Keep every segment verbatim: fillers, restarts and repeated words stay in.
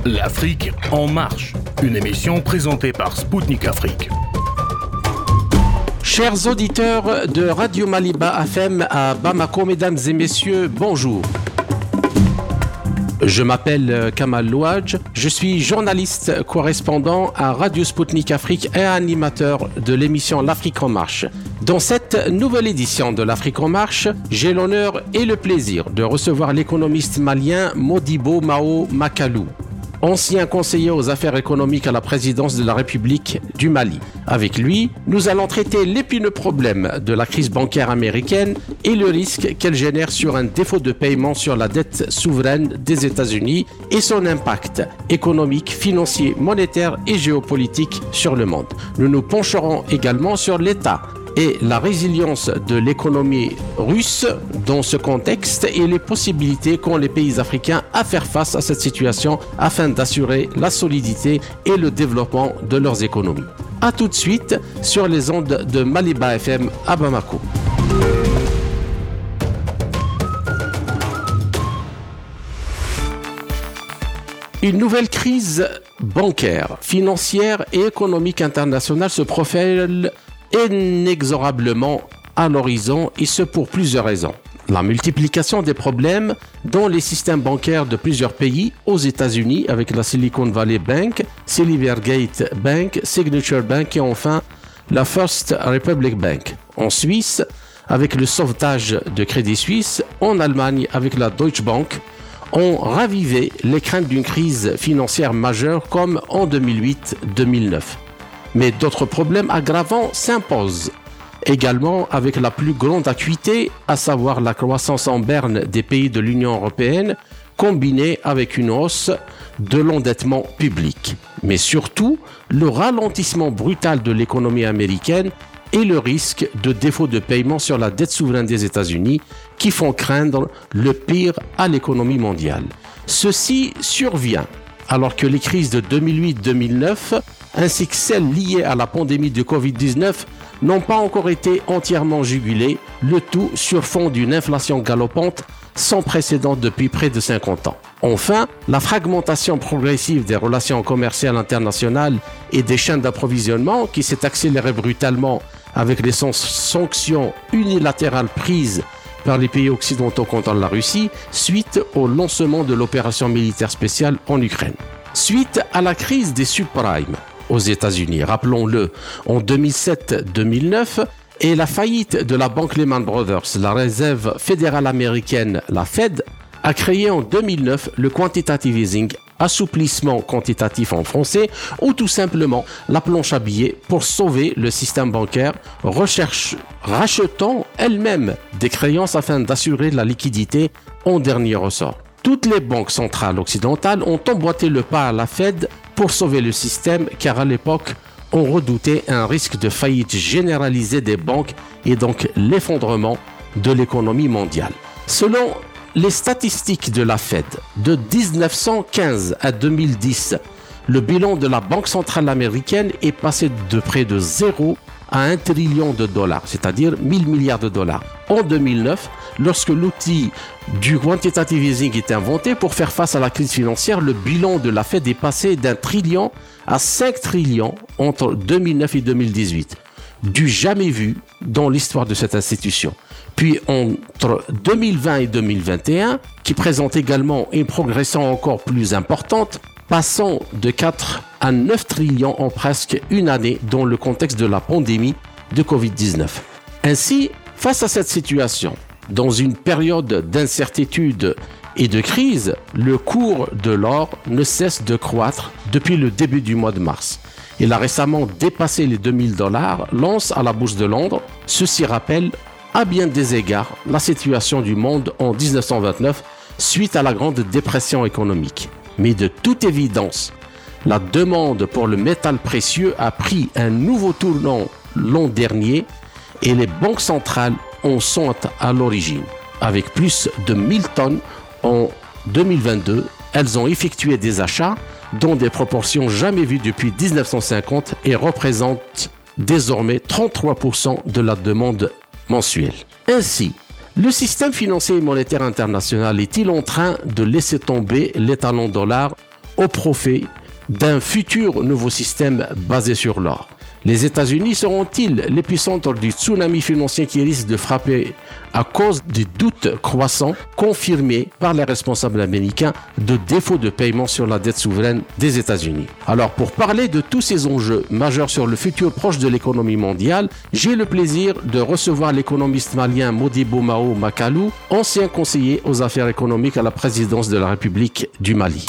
L'Afrique en marche, une émission présentée par Spoutnik Afrique. Chers auditeurs de Radio Maliba F M à Bamako, mesdames et messieurs, bonjour. Je m'appelle Kamal Louadj, je suis journaliste correspondant à Radio Spoutnik Afrique et animateur de l'émission L'Afrique en marche. Dans cette nouvelle édition de L'Afrique en marche, j'ai l'honneur et le plaisir de recevoir l'économiste malien Modibo Mao Makalou, ancien conseiller aux affaires économiques à la présidence de la République du Mali. Avec lui, nous allons traiter l'épineux problème de la crise bancaire américaine et le risque qu'elle génère sur un défaut de paiement sur la dette souveraine des États-Unis et son impact économique, financier, monétaire et géopolitique sur le monde. Nous nous pencherons également sur l'état et la résilience de l'économie russe dans ce contexte et les possibilités qu'ont les pays africains à faire face à cette situation afin d'assurer la solidité et le développement de leurs économies. A tout de suite sur les ondes de Maliba F M à Bamako. Une nouvelle crise bancaire, financière et économique internationale se profile inexorablement à l'horizon, et ce pour plusieurs raisons. La multiplication des problèmes dans les systèmes bancaires de plusieurs pays, aux États-Unis avec la Silicon Valley Bank, Silvergate Bank, Signature Bank et enfin la First Republic Bank. En Suisse avec le sauvetage de Crédit Suisse, en Allemagne avec la Deutsche Bank, ont ravivé les craintes d'une crise financière majeure comme en deux mille huit deux mille neuf. Mais d'autres problèmes aggravants s'imposent également avec la plus grande acuité, à savoir la croissance en berne des pays de l'Union européenne, combinée avec une hausse de l'endettement public. Mais surtout, le ralentissement brutal de l'économie américaine et le risque de défaut de paiement sur la dette souveraine des États-Unis qui font craindre le pire à l'économie mondiale. Ceci survient alors que les crises de deux mille huit deux mille neuf ainsi que celles liées à la pandémie de covid dix-neuf n'ont pas encore été entièrement jugulées, le tout sur fond d'une inflation galopante sans précédent depuis près de cinquante ans. Enfin, la fragmentation progressive des relations commerciales internationales et des chaînes d'approvisionnement qui s'est accélérée brutalement avec les sanctions unilatérales prises par les pays occidentaux contre la Russie suite au lancement de l'opération militaire spéciale en Ukraine. Suite à la crise des subprimes aux États-Unis, rappelons-le, en deux mille sept deux mille neuf, et la faillite de la banque Lehman Brothers, la réserve fédérale américaine, la Fed, a créé en deux mille neuf le quantitative easing, assouplissement quantitatif en français, ou tout simplement la planche à billets pour sauver le système bancaire, recherche, rachetant elle-même des créances afin d'assurer la liquidité en dernier ressort. Toutes les banques centrales occidentales ont emboîté le pas à la Fed pour sauver le système, car à l'époque, on redoutait un risque de faillite généralisée des banques et donc l'effondrement de l'économie mondiale. Selon les statistiques de la Fed, de dix-neuf cent quinze à deux mille dix, le bilan de la Banque centrale américaine est passé de près de zéro à un trillion de dollars, c'est-à-dire mille milliards de dollars. En deux mille neuf, lorsque l'outil du quantitative easing est inventé pour faire face à la crise financière, le bilan de la Fed est passé d'un trillion à cinq trillions entre deux mille neuf et deux mille dix-huit, du jamais vu dans l'histoire de cette institution. Puis entre deux mille vingt et deux mille vingt et un, qui présente également une progression encore plus importante, passant de quatre à neuf trillions en presque une année dans le contexte de la pandémie de covid dix-neuf. Ainsi, face à cette situation, dans une période d'incertitude et de crise, le cours de l'or ne cesse de croître depuis le début du mois de mars. Il a récemment dépassé les deux mille dollars, l'once à la bourse de Londres. Ceci rappelle à bien des égards la situation du monde en dix-neuf cent vingt-neuf suite à la grande dépression économique. Mais de toute évidence, la demande pour le métal précieux a pris un nouveau tournant l'an dernier et les banques centrales en sont à l'origine. Avec plus de mille tonnes en deux mille vingt-deux, elles ont effectué des achats dans des proportions jamais vues depuis dix-neuf cent cinquante et représentent désormais trente-trois pour cent de la demande mensuelle. Ainsi, le système financier et monétaire international est-il en train de laisser tomber l'étalon dollar au profit d'un futur nouveau système basé sur l'or. Les États-Unis seront-ils l'épicentre du tsunami financier qui risque de frapper à cause des doutes croissants confirmés par les responsables américains de défaut de paiement sur la dette souveraine des États-Unis? Alors, pour parler de tous ces enjeux majeurs sur le futur proche de l'économie mondiale, j'ai le plaisir de recevoir l'économiste malien Modibo Mao Makalou, ancien conseiller aux affaires économiques à la présidence de la République du Mali.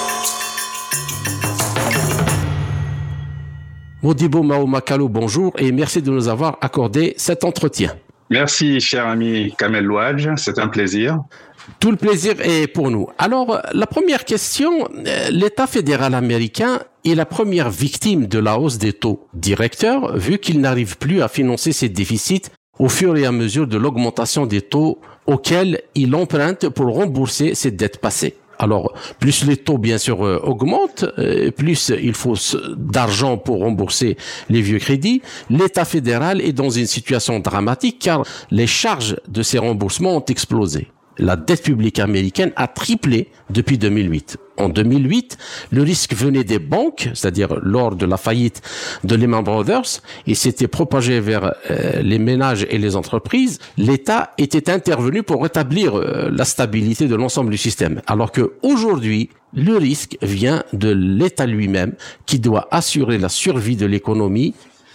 Modibo Mao Makalou, bonjour et merci de nous avoir accordé cet entretien. Merci, cher ami Kamel Louadj, c'est un plaisir. Tout le plaisir est pour nous. Alors, la première question, l'État fédéral américain est la première victime de la hausse des taux directeurs, vu qu'il n'arrive plus à financer ses déficits au fur et à mesure de l'augmentation des taux auxquels il emprunte pour rembourser ses dettes passées. Alors, plus les taux, bien sûr, euh, augmentent, euh, plus il faut d'argent pour rembourser les vieux crédits. L'État fédéral est dans une situation dramatique car les charges de ces remboursements ont explosé. La dette publique américaine a triplé depuis deux mille huit. En deux mille huit, le risque venait des banques, c'est-à-dire lors de la faillite de Lehman Brothers, et s'était propagé vers euh, les ménages et les entreprises. L'État était intervenu pour rétablir euh, la stabilité de l'ensemble du système. Alors que aujourd'hui, le risque vient de l'État lui-même, qui doit assurer la survie de l'économie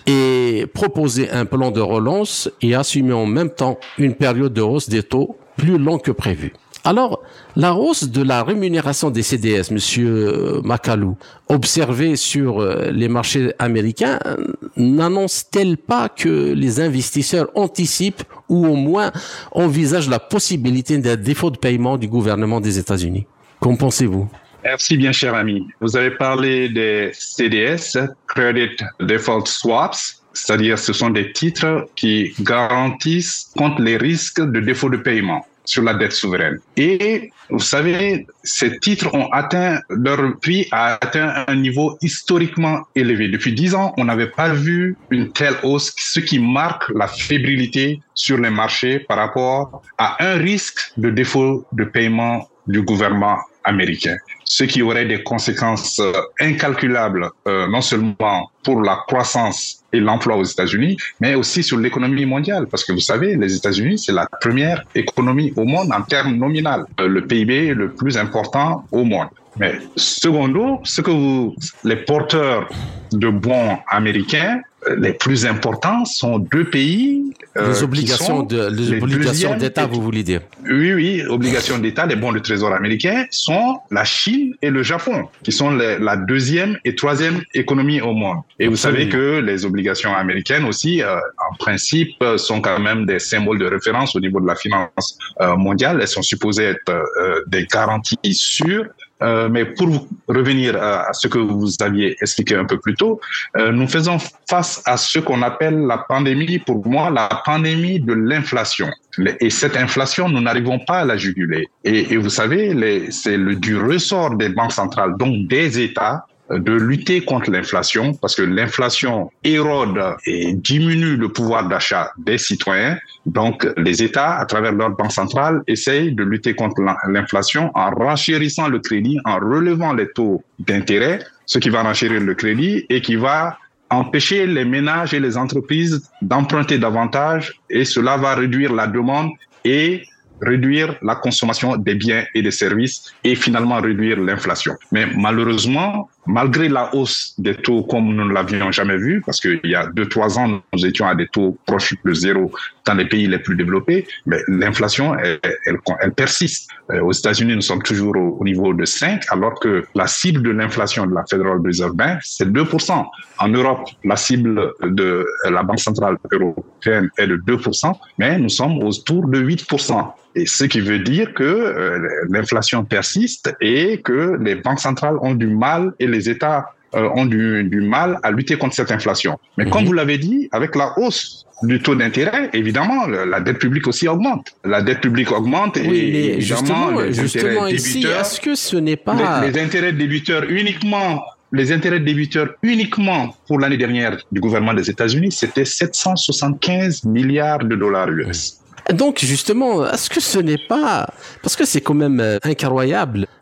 et proposer un plan de relance et assumer en même temps une période de hausse des taux plus longue que prévu. Alors, la hausse de la rémunération des C D S, Monsieur Makalou, observée sur les marchés américains, n'annonce-t-elle pas que les investisseurs anticipent ou au moins envisagent la possibilité d'un défaut de paiement du gouvernement des États-Unis? Qu'en pensez-vous? Merci bien, cher ami. Vous avez parlé des C D S, Credit Default Swaps, c'est-à-dire ce sont des titres qui garantissent contre les risques de défaut de paiement sur la dette souveraine. Et vous savez, ces titres ont atteint, leur prix a atteint un niveau historiquement élevé. Depuis dix ans, on n'avait pas vu une telle hausse, ce qui marque la fébrilité sur les marchés par rapport à un risque de défaut de paiement du gouvernement américain, ce qui aurait des conséquences euh, incalculables, euh, non seulement pour la croissance et l'emploi aux États-Unis, mais aussi sur l'économie mondiale. Parce que vous savez, les États-Unis, c'est la première économie au monde en termes nominaux, euh, le P I B le plus important au monde. Mais secondo, ce que vous, les porteurs de bons américains, les plus importants sont deux pays. Euh, les obligations de, les les obligations d'État, vous voulez dire? Oui, oui, obligations d'État, les bons de trésor américains sont la Chine et le Japon, qui sont les, la deuxième et troisième économie au monde. Et vous savez que les obligations américaines aussi, euh, en principe, sont quand même des symboles de référence au niveau de la finance euh, mondiale. Elles sont supposées être euh, des garanties sûres. Euh, mais pour revenir à, à ce que vous aviez expliqué un peu plus tôt, euh, nous faisons face à ce qu'on appelle la pandémie, pour moi, la pandémie de l'inflation. Et cette inflation, nous n'arrivons pas à la juguler. Et, et vous savez, les, c'est le, du ressort des banques centrales, donc des États, de lutter contre l'inflation, parce que l'inflation érode et diminue le pouvoir d'achat des citoyens. Donc, les États, à travers leur banque centrale, essayent de lutter contre l'inflation en renchérissant le crédit, en relevant les taux d'intérêt, ce qui va renchérir le crédit et qui va empêcher les ménages et les entreprises d'emprunter davantage, et cela va réduire la demande et réduire la consommation des biens et des services et finalement réduire l'inflation. Mais malheureusement, malgré la hausse des taux comme nous ne l'avions jamais vu, parce qu'il y a deux, trois ans, nous étions à des taux proches de zéro dans les pays les plus développés, mais l'inflation, elle, elle, elle persiste. Aux États-Unis, nous sommes toujours au, au niveau de cinq, alors que la cible de l'inflation de la Federal Reserve Bank, c'est deux pour cent. En Europe, la cible de la Banque centrale européenne est de deux pour cent, mais nous sommes autour de huit pour cent. Et ce qui veut dire que euh, l'inflation persiste et que les banques centrales ont du mal et les États euh, ont du, du mal à lutter contre cette inflation. Mais mmh. comme vous l'avez dit, avec la hausse du taux d'intérêt, évidemment, la dette publique aussi augmente. La dette publique augmente oui, et mais évidemment, justement, les justement ici, est-ce que ce n'est pas... Les, les intérêts débiteurs uniquement... Les intérêts débiteurs uniquement pour l'année dernière du gouvernement des États-Unis, c'était sept cent soixante-quinze milliards de dollars U S. Donc, justement, est-ce que ce n'est pas... Parce que c'est quand même incroyable.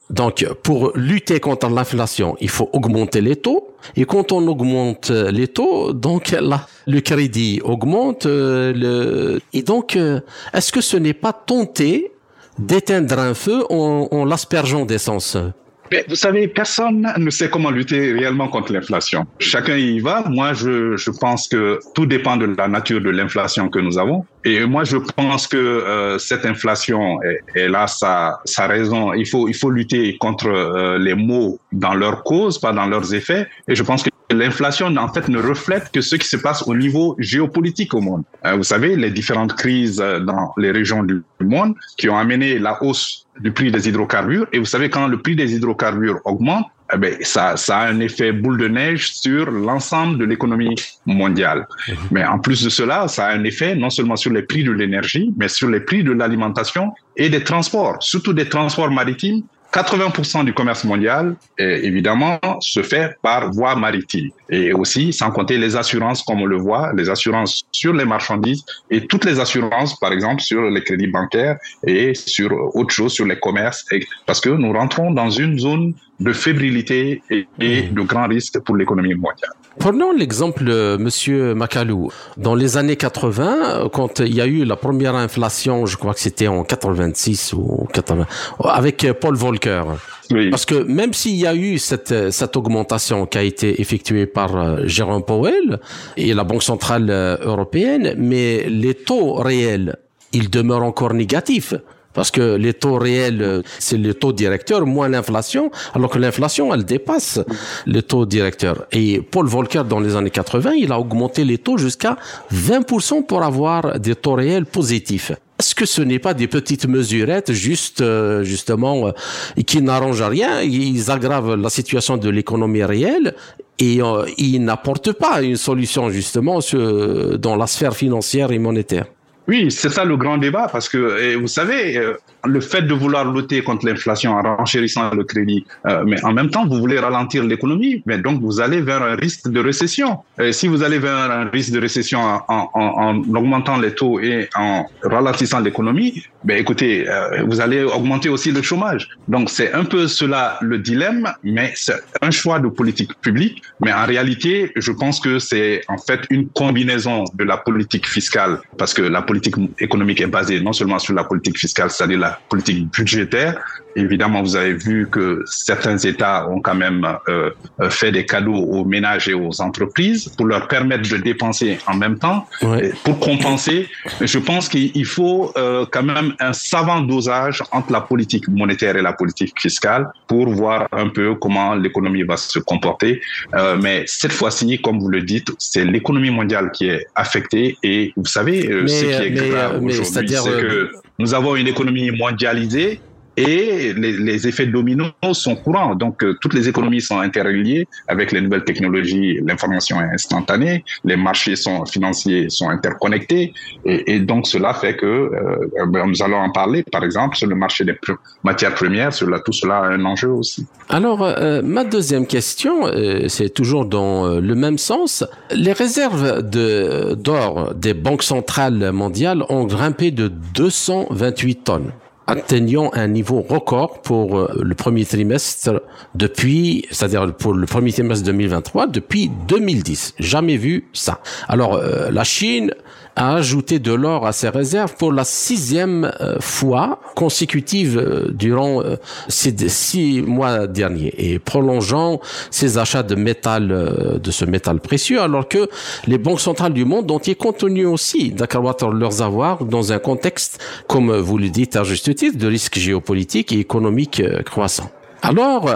Donc, pour lutter contre l'inflation, il faut augmenter les taux. Et quand on augmente les taux, donc là, le crédit augmente. Euh, le... Et donc, euh, est-ce que ce n'est pas tenter d'éteindre un feu en, en l'aspergeant d'essence? Mais vous savez, personne ne sait comment lutter réellement contre l'inflation. Chacun y va. Moi, je, je pense que tout dépend de la nature de l'inflation que nous avons. Et moi, je pense que euh, cette inflation, elle a sa, sa raison. Il faut, il faut lutter contre euh, les maux dans leur cause, pas dans leurs effets. Et je pense que l'inflation, en fait, ne reflète que ce qui se passe au niveau géopolitique au monde. Euh, vous savez, les différentes crises dans les régions du monde qui ont amené la hausse du prix des hydrocarbures. Et vous savez, quand le prix des hydrocarbures augmente, eh bien, ça, ça a un effet boule de neige sur l'ensemble de l'économie mondiale. Mmh. Mais en plus de cela, ça a un effet non seulement sur les prix de l'énergie, mais sur les prix de l'alimentation et des transports, surtout des transports maritimes. quatre-vingts pour cent du commerce mondial, évidemment, se fait par voie maritime. Et aussi, sans compter les assurances, comme on le voit, les assurances sur les marchandises et toutes les assurances, par exemple, sur les crédits bancaires et sur autre chose, sur les commerces, parce que nous rentrons dans une zone de fébrilité et, et de grands risques pour l'économie mondiale. Prenons l'exemple, euh, Monsieur Macalou. Dans les années quatre-vingts, quand il y a eu la première inflation, je crois que c'était en quatre-vingt-six ou quatre-vingts, avec Paul Volcker. Oui. Parce que même s'il y a eu cette, cette augmentation qui a été effectuée par euh, Jérôme Powell et la Banque centrale euh, européenne, mais les taux réels, ils demeurent encore négatifs. Parce que les taux réels, c'est le taux directeur moins l'inflation, alors que l'inflation, elle dépasse le taux directeur. Et Paul Volcker, dans les années quatre-vingts, il a augmenté les taux jusqu'à vingt pour cent pour avoir des taux réels positifs. Est-ce que ce n'est pas des petites mesurettes juste, euh, justement, euh, qui n'arrangent rien? Ils aggravent la situation de l'économie réelle et euh, ils n'apportent pas une solution, justement, sur, dans la sphère financière et monétaire. Oui, c'est ça le grand débat, parce que vous savez, le fait de vouloir lutter contre l'inflation en renchérissant le crédit, euh, mais en même temps, vous voulez ralentir l'économie, mais donc vous allez vers un risque de récession. Et si vous allez vers un risque de récession en, en, en augmentant les taux et en ralentissant l'économie, ben écoutez, euh, vous allez augmenter aussi le chômage. Donc c'est un peu cela le dilemme, mais c'est un choix de politique publique. Mais en réalité, je pense que c'est en fait une combinaison de la politique fiscale, parce que la politique économique est basée non seulement sur la politique fiscale, c'est-à-dire la politique budgétaire. Évidemment, vous avez vu que certains États ont quand même euh, fait des cadeaux aux ménages et aux entreprises pour leur permettre de dépenser en même temps, ouais. Pour compenser. Je pense qu'il faut euh, quand même un savant dosage entre la politique monétaire et la politique fiscale pour voir un peu comment l'économie va se comporter. Euh, mais cette fois-ci, comme vous le dites, c'est l'économie mondiale qui est affectée. Et vous savez, mais, ce qui est mais, grave mais, aujourd'hui, c'est que nous avons une économie mondialisée et les, les effets dominos sont courants. Donc, euh, toutes les économies sont interreliées avec les nouvelles technologies, l'information est instantanée, les marchés sont, financiers sont interconnectés. Et, et donc, cela fait que, euh, ben, nous allons en parler, par exemple, sur le marché des pr- matières premières. Cela, tout cela a un enjeu aussi. Alors, euh, ma deuxième question, euh, c'est toujours dans euh, le même sens. Les réserves de, d'or des banques centrales mondiales ont grimpé de deux cent vingt-huit tonnes. Atteignant un niveau record pour le premier trimestre depuis, c'est-à-dire pour le premier trimestre deux mille vingt-trois, depuis deux mille dix. Jamais vu ça. Alors, euh, la Chine a ajouté de l'or à ses réserves pour la sixième euh, fois consécutive euh, durant euh, ces six mois derniers et prolongeant ses achats de métal, euh, de ce métal précieux, alors que les banques centrales du monde ont continué aussi d'accroître leurs avoirs dans un contexte, comme vous le dites à juste titre, de risques géopolitiques et économiques euh, croissants. Alors,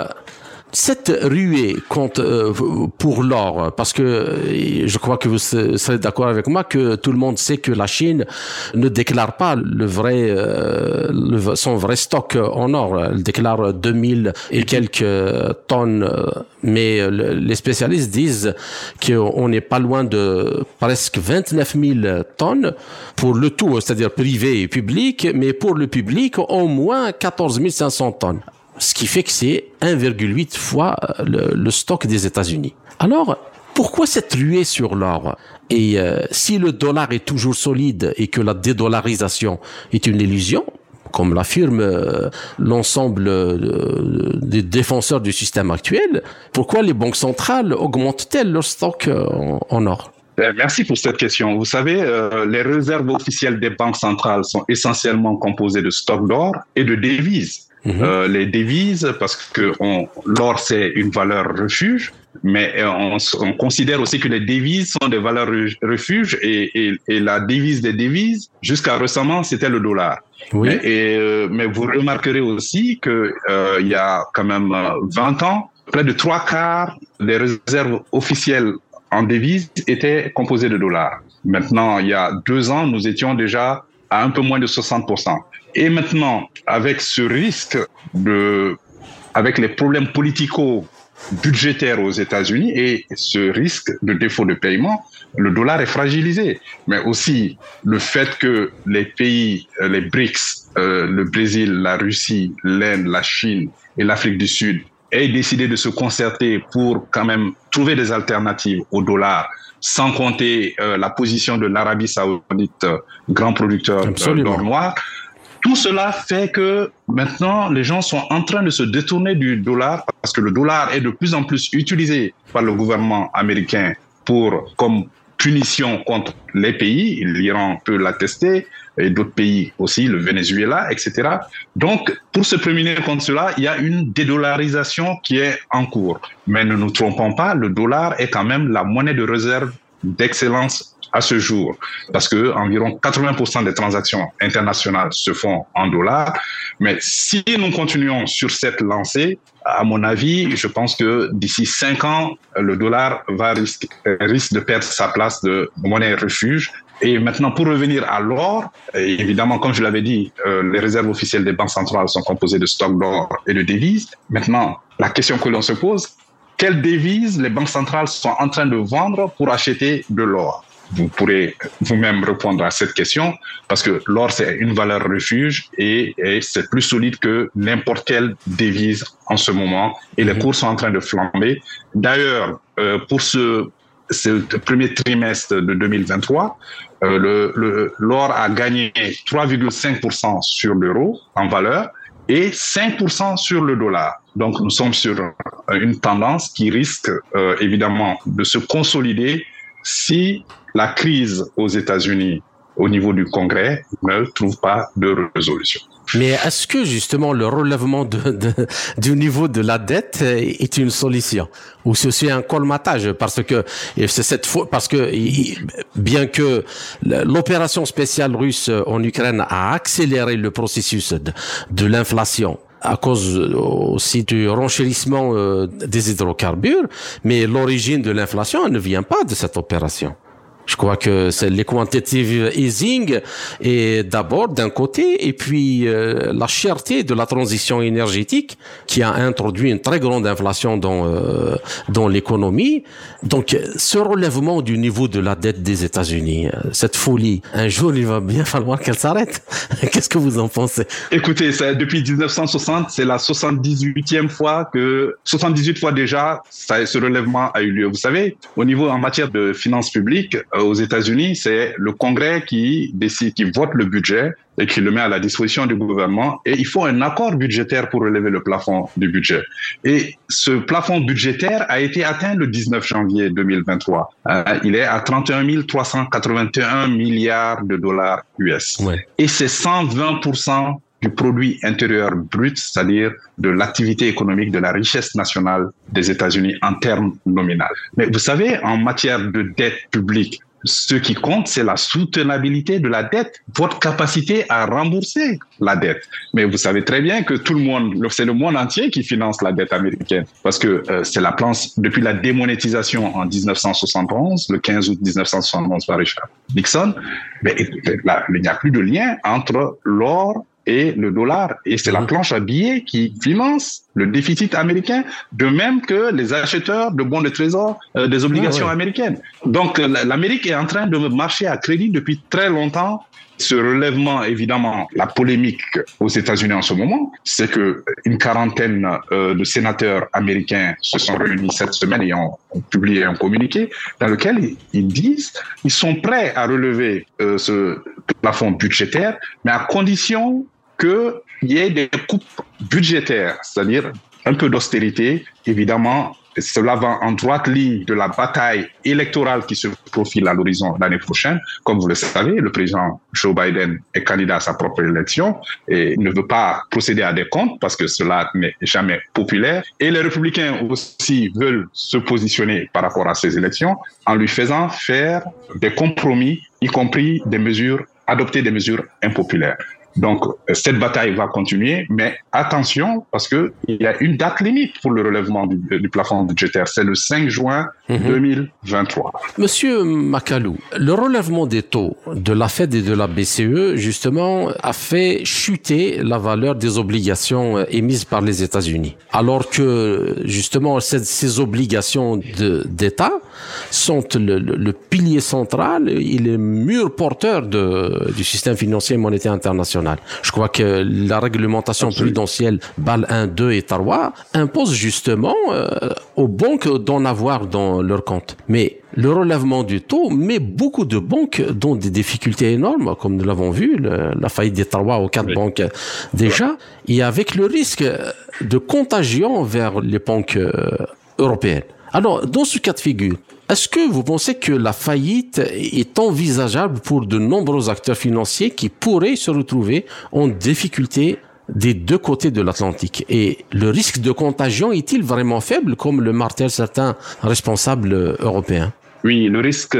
cette ruée compte euh, pour l'or, parce que je crois que vous serez d'accord avec moi que tout le monde sait que la Chine ne déclare pas le vrai, euh, le, son vrai stock en or. Elle déclare deux mille et quelques tonnes, mais les spécialistes disent qu'on n'est pas loin de presque vingt-neuf mille tonnes pour le tout, c'est-à-dire privé et public, mais pour le public, au moins quatorze mille cinq cents tonnes. Ce qui fait que c'est un virgule huit fois le, le stock des États-Unis. Alors, pourquoi cette ruée sur l'or? Et euh, si le dollar est toujours solide et que la dédollarisation est une illusion, comme l'affirme euh, l'ensemble euh, des défenseurs du système actuel, pourquoi les banques centrales augmentent-elles leur stock euh, en, en or? Merci pour cette question. Vous savez, euh, les réserves officielles des banques centrales sont essentiellement composées de stocks d'or et de devises. Mmh. Euh, les devises, parce que on, l'or, c'est une valeur refuge, mais on, on considère aussi que les devises sont des valeurs refuge et, et, et la devise des devises, jusqu'à récemment, c'était le dollar. Oui. Mais, et, euh, mais vous remarquerez aussi que euh, il y a quand même vingt ans, près de trois quarts des réserves officielles en devises étaient composées de dollars. Maintenant, il y a deux ans, nous étions déjà à un peu moins de soixante pour cent. Et maintenant, avec ce risque de, avec les problèmes politico-budgétaires aux États-Unis et ce risque de défaut de paiement, le dollar est fragilisé. Mais aussi le fait que les pays, les B R I C S, euh, le Brésil, la Russie, l'Inde, la Chine et l'Afrique du Sud aient décidé de se concerter pour quand même trouver des alternatives au dollar, sans compter euh, la position de l'Arabie Saoudite, euh, grand producteur euh, d'or noir. Tout cela fait que maintenant, les gens sont en train de se détourner du dollar parce que le dollar est de plus en plus utilisé par le gouvernement américain pour, comme punition contre les pays. L'Iran peut l'attester et d'autres pays aussi, le Venezuela, et cetera. Donc, pour se prémunir contre cela, il y a une dédollarisation qui est en cours. Mais ne nous trompons pas, le dollar est quand même la monnaie de réserve d'excellence à ce jour, parce que environ quatre-vingts pour cent des transactions internationales se font en dollars. Mais si nous continuons sur cette lancée, à mon avis, je pense que d'ici cinq ans, le dollar va risque, risque de perdre sa place de monnaie refuge. Et maintenant, pour revenir à l'or, évidemment, comme je l'avais dit, euh, les réserves officielles des banques centrales sont composées de stocks d'or et de devises. Maintenant, la question que l'on se pose, quelles devises les banques centrales sont en train de vendre pour acheter de l'or? Vous pourrez vous-même répondre à cette question parce que l'or, c'est une valeur refuge et, et c'est plus solide que n'importe quelle devise en ce moment et les cours sont en train de flamber. D'ailleurs, euh, pour ce, ce premier trimestre de deux mille vingt-trois, euh, le, le, l'or a gagné trois virgule cinq pour cent sur l'euro en valeur et cinq pour cent sur le dollar. Donc, nous sommes sur une tendance qui risque euh, évidemment de se consolider si la crise aux États-Unis au niveau du Congrès ne trouve pas de résolution. Mais est-ce que justement le relèvement de, de, du niveau de la dette est une solution ou c'est un colmatage parce que c'est cette fois parce que bien que l'opération spéciale russe en Ukraine a accéléré le processus de, de l'inflation à cause aussi du renchérissement euh, des hydrocarbures, mais l'origine de l'inflation ne vient pas de cette opération. Je crois que c'est les quantitative easing et d'abord d'un côté et puis euh, la cherté de la transition énergétique qui a introduit une très grande inflation dans euh, dans l'économie. Donc ce relèvement du niveau de la dette des États-Unis, cette folie, un jour il va bien falloir qu'elle s'arrête. Qu'est-ce que vous en pensez? Écoutez, c'est, depuis dix-neuf cent soixante, c'est la soixante-dix-huitième fois que soixante-dix-huit fois déjà ça, ce relèvement a eu lieu. Vous savez, au niveau en matière de finances publiques aux États-Unis, c'est le Congrès qui décide, qui vote le budget et qui le met à la disposition du gouvernement. Et il faut un accord budgétaire pour relever le plafond du budget. Et ce plafond budgétaire a été atteint le dix-neuf janvier deux mille vingt-trois. Euh, il est à trente et un mille trois cent quatre-vingt-un milliards de dollars U S. Ouais. Et c'est cent vingt pour cent du produit intérieur brut, c'est-à-dire de l'activité économique, de la richesse nationale des États-Unis en termes nominaux. Mais vous savez, en matière de dette publique, ce qui compte, c'est la soutenabilité de la dette, votre capacité à rembourser la dette. Mais vous savez très bien que tout le monde, c'est le monde entier qui finance la dette américaine. Parce que euh, c'est la plan, depuis la démonétisation en dix-neuf cent soixante et onze, le quinze août dix-neuf cent soixante et onze par Richard Nixon, mais là, il n'y a plus de lien entre l'or et le dollar. Et c'est la planche à billets qui finance le déficit américain, de même que les acheteurs de bons de trésor euh, des obligations ah, ouais. américaines. Donc, l'Amérique est en train de marcher à crédit depuis très longtemps. Ce relèvement, évidemment, la polémique aux États-Unis en ce moment, c'est que une quarantaine euh, de sénateurs américains se sont réunis cette semaine et ont, ont publié un communiqué dans lequel ils, ils disent ils sont prêts à relever euh, ce plafond budgétaire, mais à condition qu'il y ait des coupes budgétaires, c'est-à-dire un peu d'austérité, évidemment. Cela va en droite ligne de la bataille électorale qui se profile à l'horizon l'année prochaine. Comme vous le savez, le président Joe Biden est candidat à sa propre élection et ne veut pas procéder à des comptes parce que cela n'est jamais populaire. Et les républicains aussi veulent se positionner par rapport à ces élections en lui faisant faire des compromis, y compris des mesures, adopter des mesures impopulaires. Donc, cette bataille va continuer, mais attention, parce qu'il y a une date limite pour le relèvement du, du plafond budgétaire. C'est le cinq juin mmh. deux mille vingt-trois. Monsieur Makalou, le relèvement des taux de la Fed et de la B C E, justement, a fait chuter la valeur des obligations émises par les États-Unis. Alors que, justement, ces, ces obligations de, d'État sont le, le, le pilier central et le mur porteur de, du système financier et monétaire international. Je crois que la réglementation Absolument. prudentielle B A L un, deux et trois impose justement euh, aux banques d'en avoir dans leur compte. Mais le relèvement du taux met beaucoup de banques dans des difficultés énormes, comme nous l'avons vu, le, la faillite des trois ou quatre oui. banques déjà, et avec le risque de contagion vers les banques euh, européennes. Alors, dans ce cas de figure, est-ce que vous pensez que la faillite est envisageable pour de nombreux acteurs financiers qui pourraient se retrouver en difficulté des deux côtés de l'Atlantique? Et le risque de contagion est-il vraiment faible, comme le martèlent certains responsables européens? Oui, le risque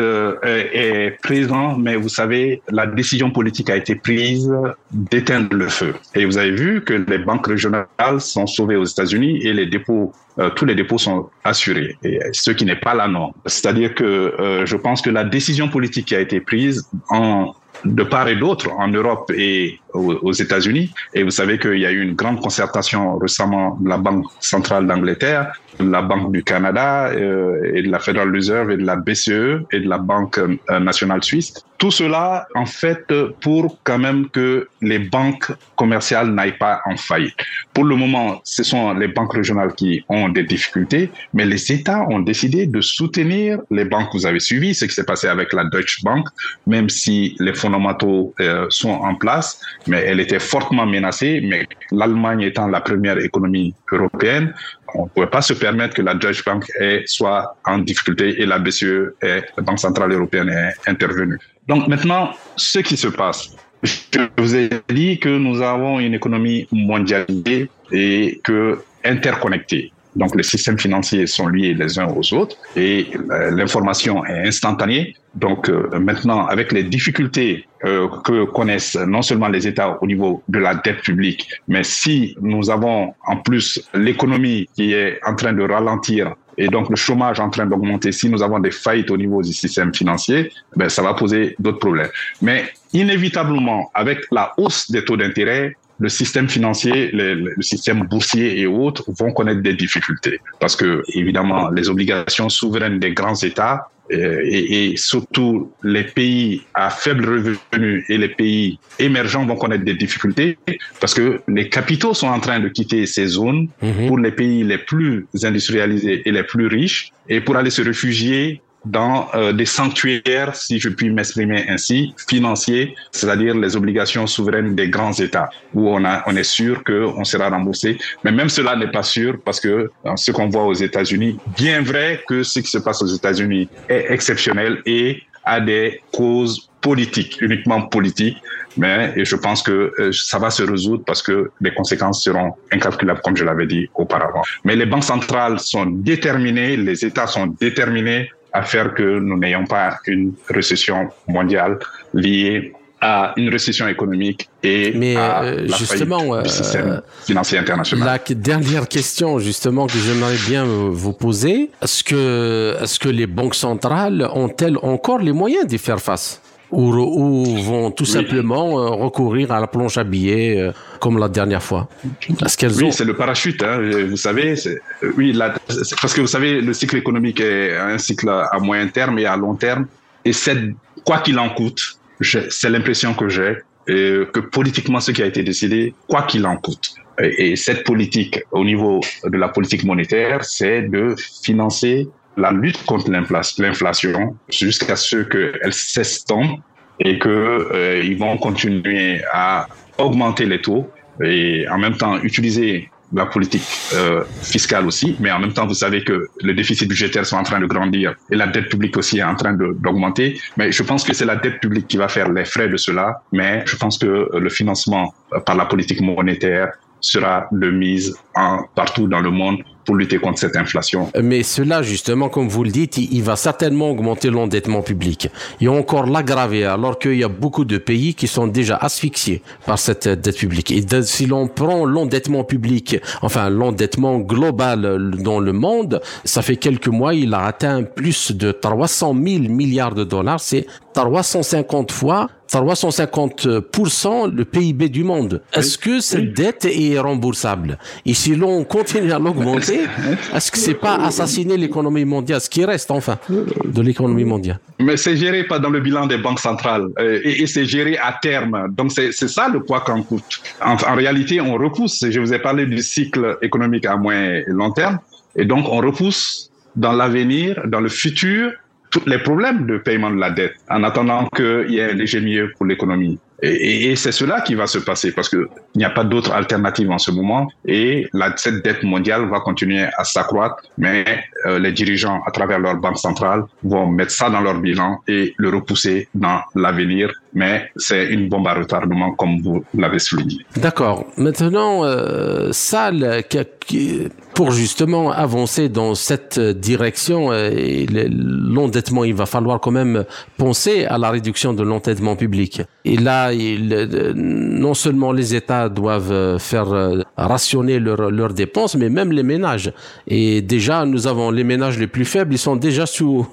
est présent, mais vous savez, la décision politique a été prise d'éteindre le feu. Et vous avez vu que les banques régionales sont sauvées aux États-Unis et les dépôts, euh, tous les dépôts sont assurés, et ce qui n'est pas la norme. C'est-à-dire que euh, je pense que la décision politique qui a été prise en de part et d'autre en Europe et aux, aux États-Unis. Et vous savez qu'il y a eu une grande concertation récemment de la Banque centrale d'Angleterre, de la Banque du Canada euh, et de la Federal Reserve et de la B C E et de la Banque euh, nationale suisse. Tout cela, en fait, pour quand même que les banques commerciales n'aillent pas en faillite. Pour le moment, ce sont les banques régionales qui ont des difficultés, mais les États ont décidé de soutenir les banques. Vous avez suivi ce qui s'est passé avec la Deutsche Bank, même si les fondamentaux euh, sont en place, mais elle était fortement menacée. Mais l'Allemagne étant la première économie européenne, on ne pouvait pas se permettre que la Deutsche Bank est, soit en difficulté et la B C E, et la Banque centrale européenne, est intervenue. Donc maintenant, ce qui se passe, je vous ai dit que nous avons une économie mondialisée et que interconnectée. Donc les systèmes financiers sont liés les uns aux autres et euh, l'information est instantanée. Donc euh, maintenant, avec les difficultés euh, que connaissent non seulement les États au niveau de la dette publique, mais si nous avons en plus l'économie qui est en train de ralentir et donc le chômage en train d'augmenter, si nous avons des faillites au niveau du système financier, ben ça va poser d'autres problèmes. Mais inévitablement, avec la hausse des taux d'intérêt, le système financier, le, le système boursier et autres vont connaître des difficultés parce que, évidemment, les obligations souveraines des grands États euh, et, et surtout les pays à faible revenu et les pays émergents vont connaître des difficultés parce que les capitaux sont en train de quitter ces zones mmh. pour les pays les plus industrialisés et les plus riches et pour aller se réfugier dans euh, des sanctuaires, si je puis m'exprimer ainsi, financiers, c'est-à-dire les obligations souveraines des grands États, où on, a, on est sûr qu'on sera remboursé. Mais même cela n'est pas sûr parce que dans ce qu'on voit aux États-Unis, bien vrai que ce qui se passe aux États-Unis est exceptionnel et a des causes politiques, uniquement politiques, mais je pense que euh, ça va se résoudre parce que les conséquences seront incalculables, comme je l'avais dit auparavant. Mais les banques centrales sont déterminées, les États sont déterminés à faire que nous n'ayons pas une récession mondiale liée à une récession économique et Mais à euh, la justement, faillite du système euh, financier international. La dernière question justement que j'aimerais bien vous poser, est-ce que, est-ce que les banques centrales ont-elles encore les moyens d'y faire face ? Ou, ou vont tout oui. simplement euh, recourir à la planche à billets euh, comme la dernière fois? Est-ce qu'elles oui, ont... c'est le parachute. Hein, vous savez, c'est, oui, la, c'est, parce que vous savez, le cycle économique est un cycle à moyen terme et à long terme. Et c'est, quoi qu'il en coûte, je, c'est l'impression que j'ai, et que politiquement, ce qui a été décidé, quoi qu'il en coûte. Et, et cette politique, au niveau de la politique monétaire, c'est de financer la lutte contre l'inflation jusqu'à ce qu'elle s'estompe et qu'ils euh, vont continuer à augmenter les taux et en même temps utiliser la politique euh, fiscale aussi, mais en même temps, vous savez que le déficit budgétaire sont en train de grandir et la dette publique aussi est en train de, d'augmenter. Mais je pense que c'est la dette publique qui va faire les frais de cela. Mais je pense que le financement par la politique monétaire sera de mise en, partout dans le monde pour lutter contre cette inflation. Mais cela, justement, comme vous le dites, il va certainement augmenter l'endettement public et encore l'aggraver, alors qu'il y a beaucoup de pays qui sont déjà asphyxiés par cette dette publique. Et de, si l'on prend l'endettement public, enfin l'endettement global dans le monde, ça fait quelques mois, il a atteint plus de trois cent mille milliards de dollars. C'est trois cent cinquante fois, trois cent cinquante pour cent le P I B du monde. Est-ce que cette dette est remboursable? Et si l'on continue à l'augmenter, est-ce que c'est pas assassiner l'économie mondiale, ce qui reste enfin de l'économie mondiale? Mais c'est géré pas dans le bilan des banques centrales euh, et, et c'est géré à terme. Donc c'est, c'est ça le poids qu'en coûte. En, en réalité, on repousse. Je vous ai parlé du cycle économique à moyen et long terme, et donc on repousse dans l'avenir, dans le futur, tous les problèmes de paiement de la dette, en attendant qu'il y ait un léger mieux pour l'économie. Et, et, et c'est cela qui va se passer parce qu'il n'y a pas d'autre alternative en ce moment et la, cette dette mondiale va continuer à s'accroître, mais euh, les dirigeants, à travers leur banque centrale, vont mettre ça dans leur bilan et le repousser dans l'avenir. Mais c'est une bombe à retardement, comme vous l'avez souligné. D'accord. Maintenant, euh, ça, pour justement avancer dans cette direction, et l'endettement, il va falloir quand même penser à la réduction de l'endettement public. Et là, il, non seulement les États doivent faire rationner leurs leurs dépenses, mais même les ménages. Et déjà, nous avons les ménages les plus faibles, ils sont déjà sous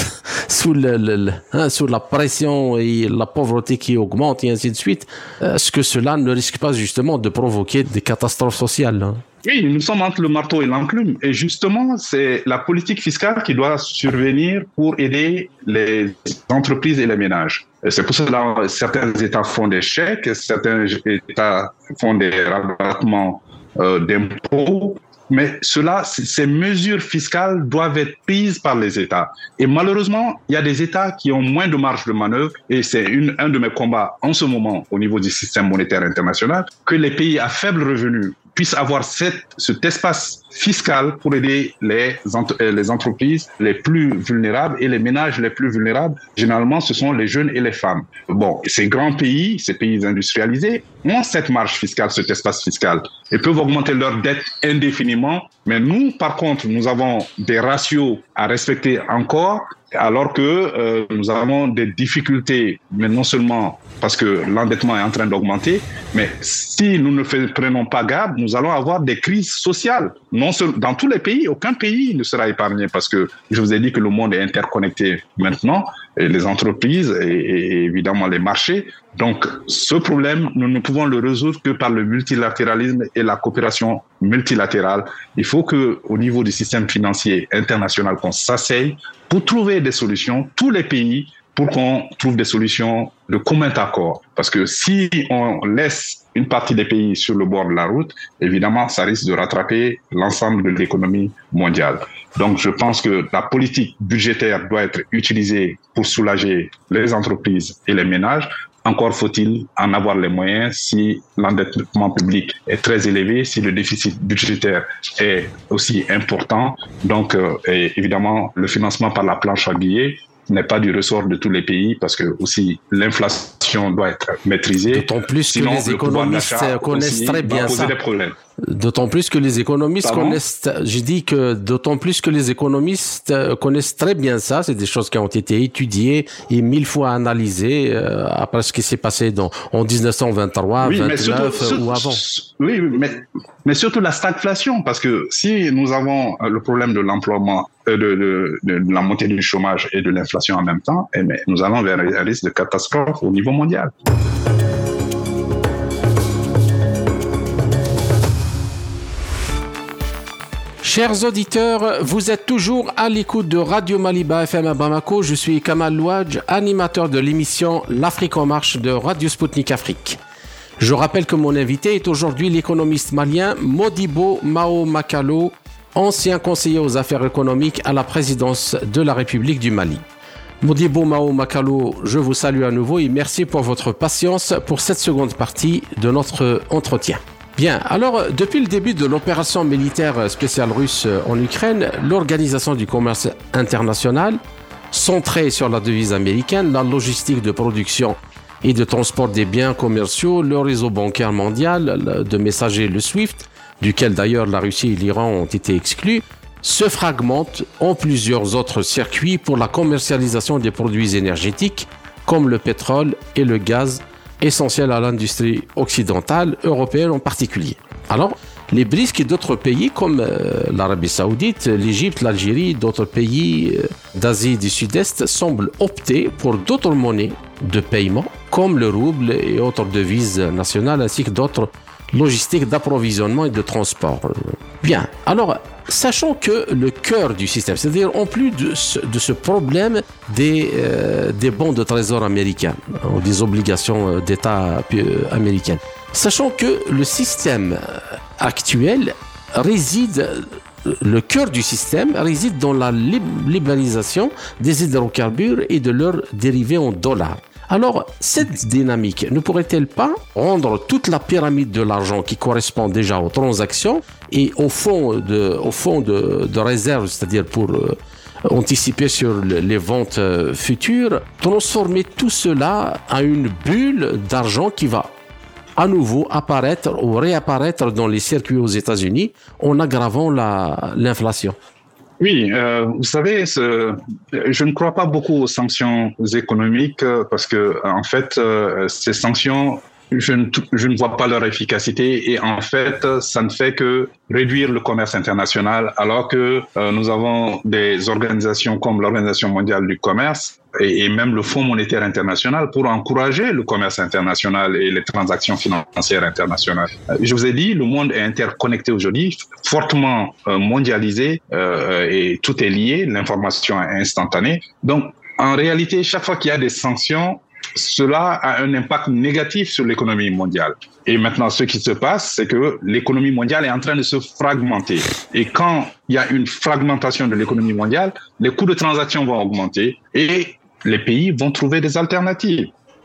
sous le, le hein, sous la pression et la pauvreté qui augmente et ainsi de suite. Est-ce que cela ne risque pas justement de provoquer des catastrophes sociales, hein? Oui, nous sommes entre le marteau et l'enclume. Et justement, c'est la politique fiscale qui doit survenir pour aider les entreprises et les ménages. Et c'est pour cela que certains États font des chèques, certains États font des rabattements euh, d'impôts. Mais cela, ces mesures fiscales doivent être prises par les États. Et malheureusement, il y a des États qui ont moins de marge de manœuvre, et c'est une, un de mes combats en ce moment au niveau du système monétaire international, que les pays à faible revenu puissent avoir cette, cet espace fiscal pour aider les, les entreprises les plus vulnérables et les ménages les plus vulnérables. Généralement, ce sont les jeunes et les femmes. Bon, ces grands pays, ces pays industrialisés, ont cette marge fiscale, cet espace fiscal, et peuvent augmenter leur dette indéfiniment. Mais nous, par contre, nous avons des ratios à respecter encore, alors que euh, nous avons des difficultés, mais non seulement parce que l'endettement est en train d'augmenter, mais si nous ne prenons pas garde, nous allons avoir des crises sociales. Non seul, dans tous les pays, aucun pays ne sera épargné parce que je vous ai dit que le monde est interconnecté maintenant, et les entreprises et, et évidemment les marchés. Donc ce problème, nous ne pouvons le résoudre que par le multilatéralisme et la coopération multilatérale. Il faut que, au niveau du système financier international, qu'on s'asseye pour trouver des solutions, tous les pays, pour qu'on trouve des solutions de commun accord. Parce que si on laisse une partie des pays sur le bord de la route, évidemment, ça risque de rattraper l'ensemble de l'économie mondiale. Donc, je pense que la politique budgétaire doit être utilisée pour soulager les entreprises et les ménages. Encore faut-il en avoir les moyens si l'endettement public est très élevé, si le déficit budgétaire est aussi important. Donc, euh, et évidemment, le financement par la planche à billets n'est pas du ressort de tous les pays parce que aussi l'inflation doit être maîtrisée. D'autant plus Sinon, que les économistes connaissent très bien ça. D'autant plus que les économistes Pardon? connaissent, je dis que d'autant plus que les économistes connaissent très bien ça. C'est des choses qui ont été étudiées et mille fois analysées euh, après ce qui s'est passé dans, en dix-neuf cent vingt-trois, oui, vingt-neuf surtout, ou avant. Oui, mais, mais surtout la stagflation, parce que si nous avons le problème de l'emploiement, de, de, de, de la montée du chômage et de l'inflation en même temps, eh bien, nous allons vers un risque de catastrophe au niveau mondial. Chers auditeurs, vous êtes toujours à l'écoute de Radio Maliba F M à Bamako. Je suis Kamal Louadj, animateur de l'émission L'Afrique en marche de Radio Sputnik Afrique. Je rappelle que mon invité est aujourd'hui l'économiste malien Modibo Mao Makalo, ancien conseiller aux affaires économiques à la présidence de la République du Mali. Modibo Mao Makalo, je vous salue à nouveau et merci pour votre patience pour cette seconde partie de notre entretien. Bien, alors depuis le début de l'opération militaire spéciale russe en Ukraine, l'Organisation du commerce international, centrée sur la devise américaine, la logistique de production et de transport des biens commerciaux, le réseau bancaire mondial de messagers, le SWIFT, duquel d'ailleurs la Russie et l'Iran ont été exclus, se fragmente en plusieurs autres circuits pour la commercialisation des produits énergétiques comme le pétrole et le gaz, essentiels à l'industrie occidentale, européenne en particulier. Alors, les B R I C S et d'autres pays comme euh, l'Arabie Saoudite, l'Égypte, l'Algérie, d'autres pays euh, d'Asie du Sud-Est semblent opter pour d'autres monnaies de paiement comme le rouble et autres devises nationales ainsi que d'autres logistiques d'approvisionnement et de transport. Bien, alors, sachant que le cœur du système, c'est-à-dire en plus de ce, de ce problème des, euh, des bons de trésor américains, ou des obligations d'État américaines, sachant que le système actuel réside, le cœur du système réside dans la libéralisation des hydrocarbures et de leurs dérivés en dollars. Alors, cette dynamique ne pourrait-elle pas rendre toute la pyramide de l'argent qui correspond déjà aux transactions et au fonds de, au fonds de, de réserve, c'est-à-dire pour euh, anticiper sur le, les ventes euh, futures, transformer tout cela en une bulle d'argent qui va à nouveau apparaître ou réapparaître dans les circuits aux États-Unis en aggravant la, l'inflation? Oui, euh, vous savez, ce, je ne crois pas beaucoup aux sanctions économiques parce que, en fait, euh, ces sanctions, je ne, je ne vois pas leur efficacité et en fait, ça ne fait que réduire le commerce international alors que euh, nous avons des organisations comme l'Organisation mondiale du commerce et, et même le Fonds monétaire international pour encourager le commerce international et les transactions financières internationales. Je vous ai dit, le monde est interconnecté aujourd'hui, fortement euh, mondialisé euh, et tout est lié, l'information est instantanée. Donc, en réalité, chaque fois qu'il y a des sanctions, cela a un impact négatif sur l'économie mondiale. Et maintenant, ce qui se passe, c'est que l'économie mondiale est en train de se fragmenter. Et quand il y a une fragmentation de l'économie mondiale, les coûts de transaction vont augmenter et les pays vont trouver des alternatives.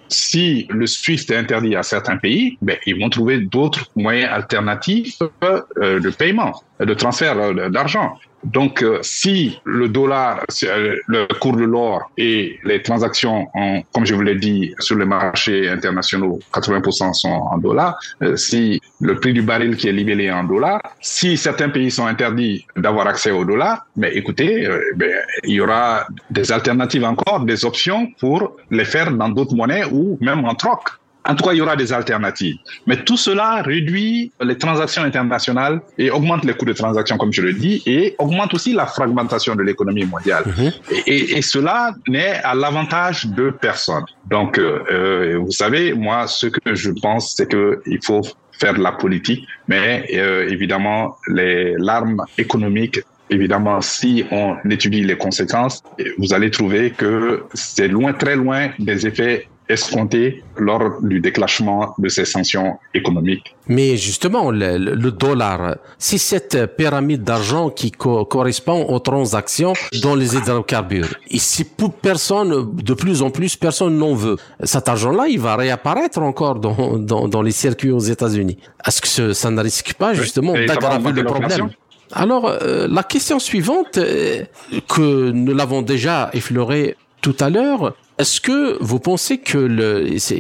Si le SWIFT est interdit à certains pays, ben, ils vont trouver d'autres moyens alternatifs euh, de paiement, de transfert euh, d'argent. Donc, euh, si le dollar, le cours de l'or et les transactions, en, comme je vous l'ai dit, sur les marchés internationaux, quatre-vingts pour cent sont en dollars, euh, si le prix du baril qui est libellé en dollars, si certains pays sont interdits d'avoir accès au dollar, mais écoutez, euh, ben, il y aura des alternatives encore, des options pour les faire dans d'autres monnaies ou même en troc. En tout cas, il y aura des alternatives. Mais tout cela réduit les transactions internationales et augmente les coûts de transaction, comme je le dis, et augmente aussi la fragmentation de l'économie mondiale. Mmh. Et, et, et cela n'est à l'avantage de personne. Donc, euh, vous savez, moi, ce que je pense, c'est qu'il faut faire de la politique, mais euh, évidemment, les, l'arme économique, évidemment, si on étudie les conséquences, vous allez trouver que c'est loin, très loin des effets escompté lors du déclenchement de ces sanctions économiques. Mais justement, le, le dollar, c'est cette pyramide d'argent qui co- correspond aux transactions dans les hydrocarbures. Et si pour personne, de plus en plus, personne n'en veut, cet argent-là, il va réapparaître encore dans, dans, dans les circuits aux États-Unis. Est-ce que ce, ça ne risque pas justement oui. d'aggraver le problème? Alors, euh, la question suivante, euh, que nous l'avons déjà effleurée tout à l'heure, est-ce que vous pensez que le, c'est,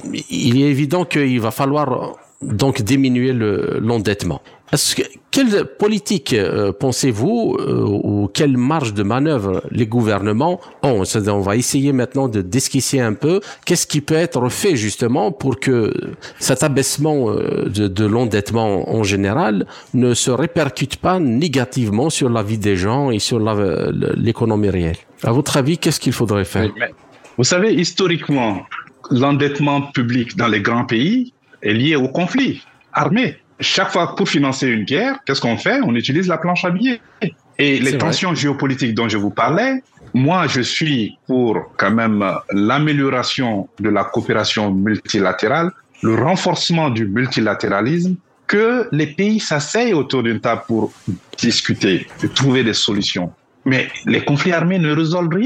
il est évident qu'il va falloir donc diminuer le, l'endettement? Est-ce que, quelle politique euh, pensez-vous euh, ou quelle marge de manœuvre les gouvernements ont? C'est-à-dire, on va essayer maintenant de d'esquisser un peu qu'est-ce qui peut être fait justement pour que cet abaissement euh, de, de l'endettement en général ne se répercute pas négativement sur la vie des gens et sur la, l'économie réelle. À votre avis, qu'est-ce qu'il faudrait faire? Oui, mais vous savez, historiquement, l'endettement public dans les grands pays est lié au conflit armé. Chaque fois, pour financer une guerre, qu'est-ce qu'on fait? On utilise la planche à billets. Et les C'est tensions vrai. géopolitiques dont je vous parlais, moi, je suis pour quand même l'amélioration de la coopération multilatérale, le renforcement du multilatéralisme, que les pays s'asseyent autour d'une table pour discuter, et trouver des solutions. Mais les conflits armés ne résolvent rien.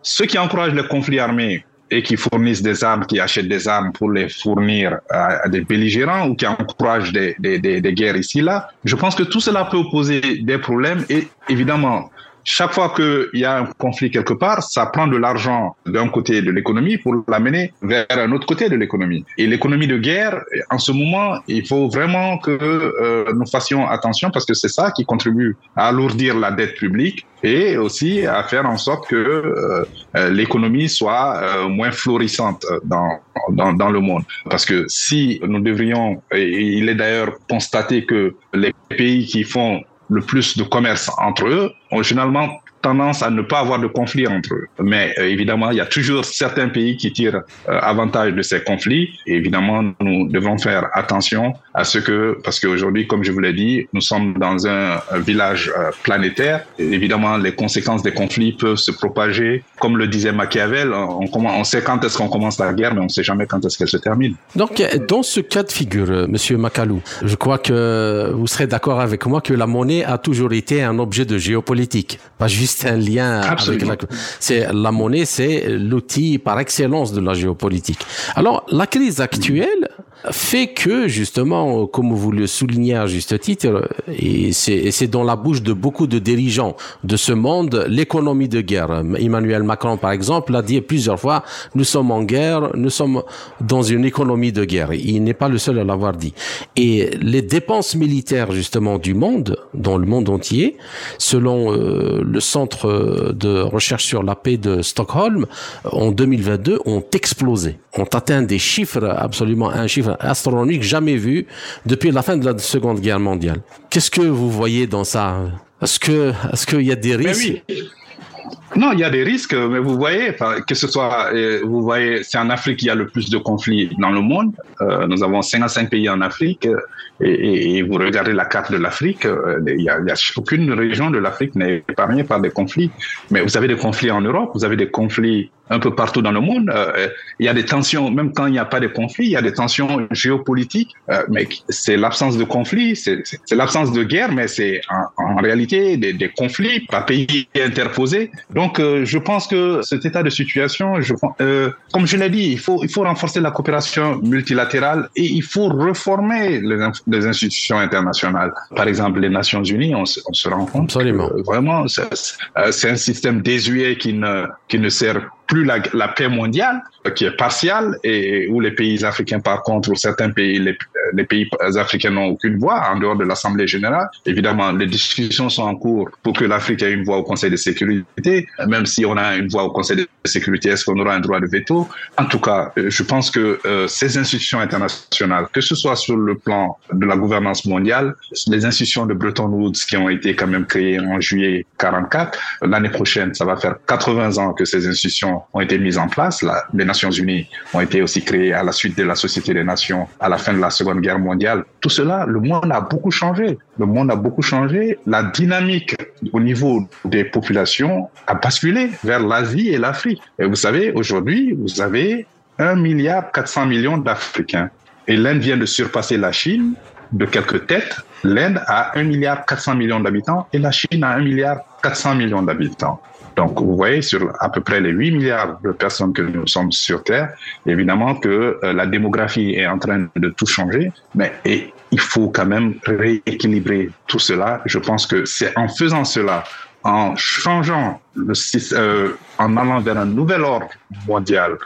ceux qui encouragent les conflits armés et qui fournissent des armes, qui achètent des armes pour les fournir à, à des belligérants ou qui encouragent des, des, des, des guerres ici, là, je pense que tout cela peut poser des problèmes et évidemment, chaque fois qu'il y a un conflit quelque part, ça prend de l'argent d'un côté de l'économie pour l'amener vers un autre côté de l'économie. Et l'économie de guerre, en ce moment, il faut vraiment que euh, nous fassions attention parce que c'est ça qui contribue à alourdir la dette publique et aussi à faire en sorte que euh, l'économie soit euh, moins florissante dans, dans, dans le monde. Parce que si nous devrions, et il est d'ailleurs constaté que les pays qui font le plus de commerce entre eux ont généralement tendance à ne pas avoir de conflits entre eux. Mais euh, évidemment, il y a toujours certains pays qui tirent euh, avantage de ces conflits. Et évidemment, nous devons faire attention à ce que, parce qu'aujourd'hui, comme je vous l'ai dit, nous sommes dans un, un village euh, planétaire. Et évidemment, les conséquences des conflits peuvent se propager. Comme le disait Machiavel, on, on, on sait quand est-ce qu'on commence la guerre, mais on ne sait jamais quand est-ce qu'elle se termine. Donc, dans ce cas de figure, Monsieur Makalou, je crois que vous serez d'accord avec moi que la monnaie a toujours été un objet de géopolitique, pas juste un lien. Absolument. Avec la, c'est la monnaie, c'est l'outil par excellence de la géopolitique. Alors, la crise actuelle fait que, justement, comme vous le soulignez à juste titre, et c'est, et c'est dans la bouche de beaucoup de dirigeants de ce monde, l'économie de guerre. Emmanuel Macron, par exemple, l'a dit plusieurs fois, nous sommes en guerre, nous sommes dans une économie de guerre. Il n'est pas le seul à l'avoir dit. Et les dépenses militaires, justement, du monde, dans le monde entier, selon euh, le Centre de recherche sur la paix de Stockholm, en deux mille vingt-deux, ont explosé, ont atteint des chiffres absolument, un chiffre astronomique jamais vu depuis la fin de la Seconde Guerre mondiale. Qu'est-ce que vous voyez dans ça? Est-ce que, est-ce qu'il y a des risques? Oui. Non, il y a des risques, mais vous voyez, que ce soit, vous voyez, c'est en Afrique qu'il y a le plus de conflits dans le monde. Euh, nous avons cinquante-cinq pays en Afrique, et, et, et vous regardez la carte de l'Afrique, il y a, il y a aucune région de l'Afrique n'est épargnée par des conflits. Mais vous avez des conflits en Europe, vous avez des conflits un peu partout dans le monde. Euh, il y a des tensions, même quand il n'y a pas de conflit, il y a des tensions géopolitiques. Euh, mais c'est l'absence de conflit, c'est, c'est, c'est l'absence de guerre, mais c'est en, en réalité des, des conflits par pays interposés. Donc, euh, je pense que cet état de situation, je, euh, comme je l'ai dit, il faut, il faut renforcer la coopération multilatérale et il faut reformer les, les institutions internationales. Par exemple, les Nations Unies, on se, on se rend compte Absolument. que, vraiment, c'est, c'est un système désuet qui ne, qui ne sert plus la, la paix mondiale, qui est partielle, et où les pays africains, par contre, ou certains pays, les, les pays africains n'ont aucune voix en dehors de l'Assemblée générale. Évidemment, les discussions sont en cours pour que l'Afrique ait une voix au Conseil de sécurité. Même si on a une voix au Conseil de sécurité, est-ce qu'on aura un droit de veto? En tout cas, je pense que euh, ces institutions internationales, que ce soit sur le plan de la gouvernance mondiale, les institutions de Bretton Woods qui ont été quand même créées en juillet quarante-quatre, l'année prochaine, ça va faire quatre-vingts ans que ces institutions ont été mises en place. La, les Nations Unies ont été aussi créées à la suite de la Société des Nations à la fin de la Seconde Guerre mondiale. Tout cela, le monde a beaucoup changé. Le monde a beaucoup changé. La dynamique au niveau des populations a basculé vers l'Asie et l'Afrique. Et vous savez, aujourd'hui, vous avez un milliard quatre cents millions d'Africains. Et l'Inde vient de surpasser la Chine de quelques têtes. L'Inde a un milliard quatre cents millions d'habitants et la Chine a un milliard quatre cents millions d'habitants. Donc, vous voyez, sur à peu près les huit milliards de personnes que nous sommes sur Terre, évidemment que euh, la démographie est en train de tout changer, mais et, il faut quand même rééquilibrer tout cela. Je pense que c'est en faisant cela, en changeant, le, euh, en allant vers un nouvel ordre mondial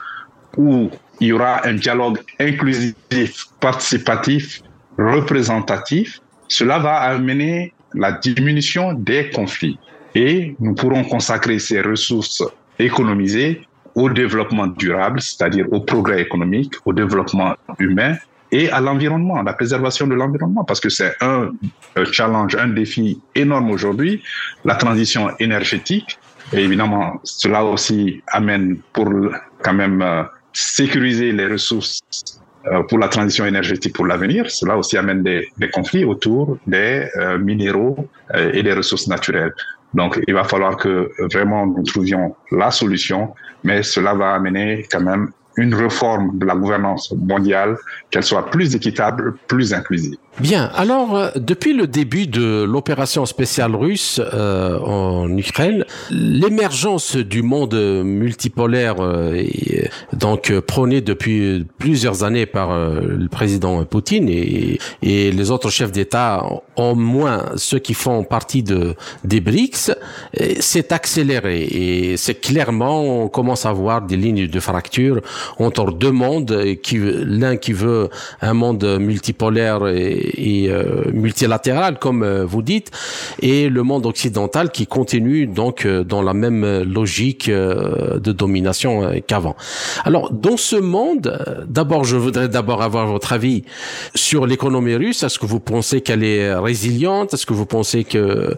où il y aura un dialogue inclusif, participatif, représentatif, cela va amener la diminution des conflits. Et nous pourrons consacrer ces ressources économisées au développement durable, c'est-à-dire au progrès économique, au développement humain et à l'environnement, à la préservation de l'environnement, parce que c'est un challenge, un défi énorme aujourd'hui, la transition énergétique. Et évidemment, cela aussi amène pour quand même euh, sécuriser les ressources euh, pour la transition énergétique pour l'avenir. Cela aussi amène des, des conflits autour des euh, minéraux euh, et des ressources naturelles. Donc, il va falloir que vraiment nous trouvions la solution, mais cela va amener quand même une réforme de la gouvernance mondiale, qu'elle soit plus équitable, plus inclusive. Bien, alors euh, depuis le début de l'opération spéciale russe euh, en Ukraine, l'émergence du monde multipolaire euh, est donc euh, prônée depuis plusieurs années par euh, le président Poutine et, et les autres chefs d'État, au moins ceux qui font partie de des BRICS, s'est accéléré et c'est clairement on commence à voir des lignes de fracture entre deux mondes, qui l'un qui veut un monde multipolaire et et euh, multilatéral comme euh, vous dites, et le monde occidental qui continue donc euh, dans la même logique euh, de domination euh, qu'avant. Alors dans ce monde, euh, d'abord je voudrais d'abord avoir votre avis sur l'économie russe. Est-ce que vous pensez qu'elle est résiliente? Est-ce que vous pensez que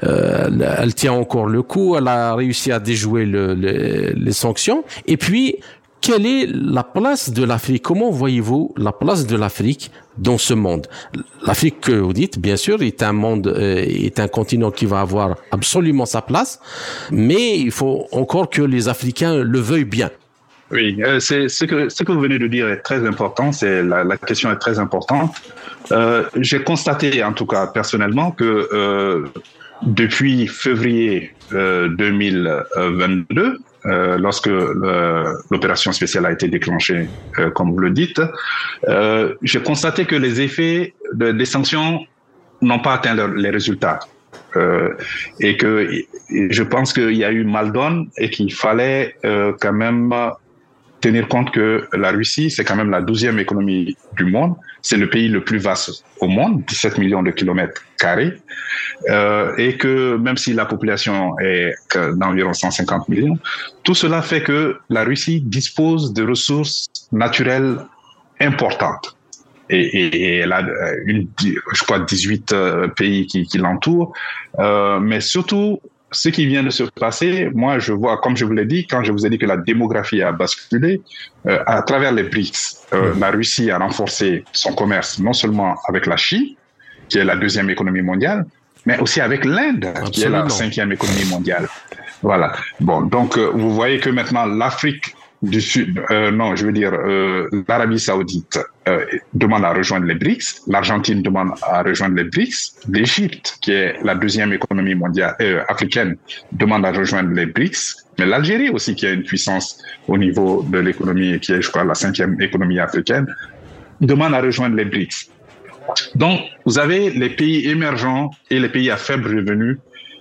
euh, elle tient encore le coup? Elle a réussi à déjouer le, le, les sanctions? Et puis quelle est la place de l'Afrique? Comment voyez-vous la place de l'Afrique dans ce monde? L'Afrique, que vous dites, bien sûr, est un monde, euh, est un continent qui va avoir absolument sa place, mais il faut encore que les Africains le veuillent bien. Oui, euh, c'est ce que ce que vous venez de dire est très important. C'est la, la question est très importante. Euh, j'ai constaté, en tout cas personnellement, que euh, depuis février euh, deux mille vingt-deux, euh, lorsque le, l'opération spéciale a été déclenchée, euh, comme vous le dites, euh, j'ai constaté que les effets de, des sanctions n'ont pas atteint leur, les résultats. Euh, et que et je pense qu'il y a eu mal donne et qu'il fallait euh, quand même tenir compte que la Russie, c'est quand même la douzième économie du monde. C'est le pays le plus vaste au monde, dix-sept millions de kilomètres carrés. Euh, et que même si la population est d'environ cent cinquante millions, tout cela fait que la Russie dispose de ressources naturelles importantes. Et, et, et elle a, une, je crois, dix-huit pays qui, qui l'entourent. Euh, mais surtout, ce qui vient de se passer, moi, je vois, comme je vous l'ai dit, quand je vous ai dit que la démographie a basculé, euh, à travers les BRICS, euh, la Russie a renforcé son commerce, non seulement avec la Chine, qui est la deuxième économie mondiale, mais aussi avec l'Inde, Absolument. qui est la cinquième économie mondiale. Voilà. Bon, donc, euh, vous voyez que maintenant, l'Afrique du Sud, euh, non, je veux dire, euh, l'Arabie Saoudite euh, demande à rejoindre les BRICS, l'Argentine demande à rejoindre les BRICS, l'Égypte, qui est la deuxième économie mondiale euh, africaine, demande à rejoindre les BRICS, mais l'Algérie aussi, qui a une puissance au niveau de l'économie, qui est, je crois, la cinquième économie africaine, demande à rejoindre les BRICS. Donc, vous avez les pays émergents et les pays à faible revenu.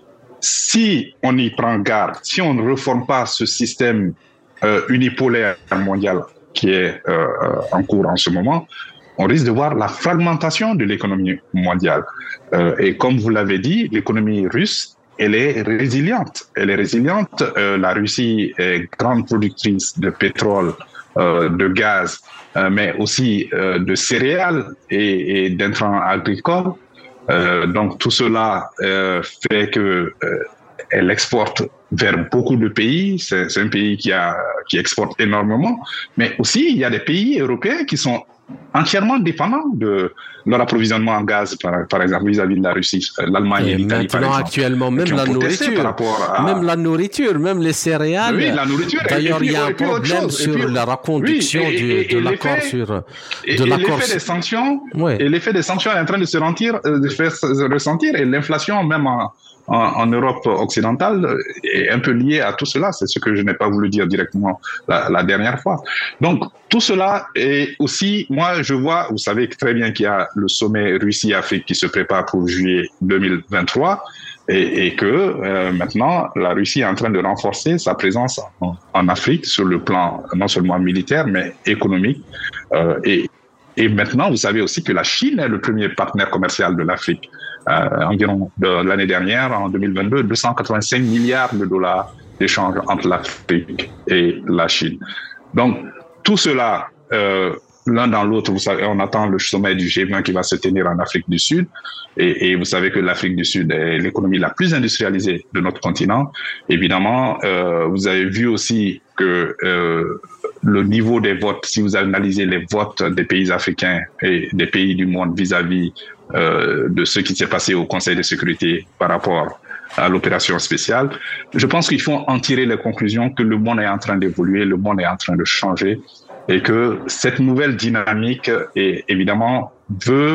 Si on y prend garde, si on ne reforme pas ce système Euh, unipolaire mondial qui est euh, en cours en ce moment, on risque de voir la fragmentation de l'économie mondiale. Euh, et comme vous l'avez dit, l'économie russe, elle est résiliente. Elle est résiliente. Euh, la Russie est grande productrice de pétrole, euh, de gaz, euh, mais aussi euh, de céréales et, et d'intrants agricoles. Euh, donc tout cela euh, fait que euh, elle exporte vers beaucoup de pays. C'est, c'est un pays qui, a, qui exporte énormément. Mais aussi, il y a des pays européens qui sont entièrement dépendants de leur approvisionnement en gaz, par, par exemple, vis-à-vis de la Russie, l'Allemagne et, et l'Italie, par exemple. Actuellement, même la nourriture, à... même la nourriture, même les céréales. Oui, la nourriture. D'ailleurs, il y a un problème sur puis, la reconduction oui, et, et, du, de l'accord sur... De et, l'accord l'effet sur... des sanctions, ouais. et l'effet des sanctions est en train de se, rentir, de faire, se ressentir, et l'inflation même en... En, en Europe occidentale est un peu lié à tout cela. C'est ce que je n'ai pas voulu dire directement la, la dernière fois. Donc, tout cela est aussi, moi, je vois, vous savez très bien qu'il y a le sommet Russie-Afrique qui se prépare pour juillet deux mille vingt-trois et, et que euh, maintenant, la Russie est en train de renforcer sa présence en, en Afrique sur le plan non seulement militaire, mais économique. Euh, et, et maintenant, vous savez aussi que la Chine est le premier partenaire commercial de l'Afrique. Euh, environ de l'année dernière, en deux mille vingt-deux, deux cent quatre-vingt-cinq milliards de dollars d'échanges entre l'Afrique et la Chine. Donc, tout cela, euh, l'un dans l'autre, vous savez, on attend le sommet du G vingt qui va se tenir en Afrique du Sud. Et, et vous savez que l'Afrique du Sud est l'économie la plus industrialisée de notre continent. Évidemment, euh, vous avez vu aussi que euh, le niveau des votes, si vous analysez les votes des pays africains et des pays du monde vis-à-vis euh, de ce qui s'est passé au Conseil de sécurité par rapport à l'opération spéciale, je pense qu'il faut en tirer les conclusions que le monde est en train d'évoluer, le monde est en train de changer et que cette nouvelle dynamique, est, évidemment, veut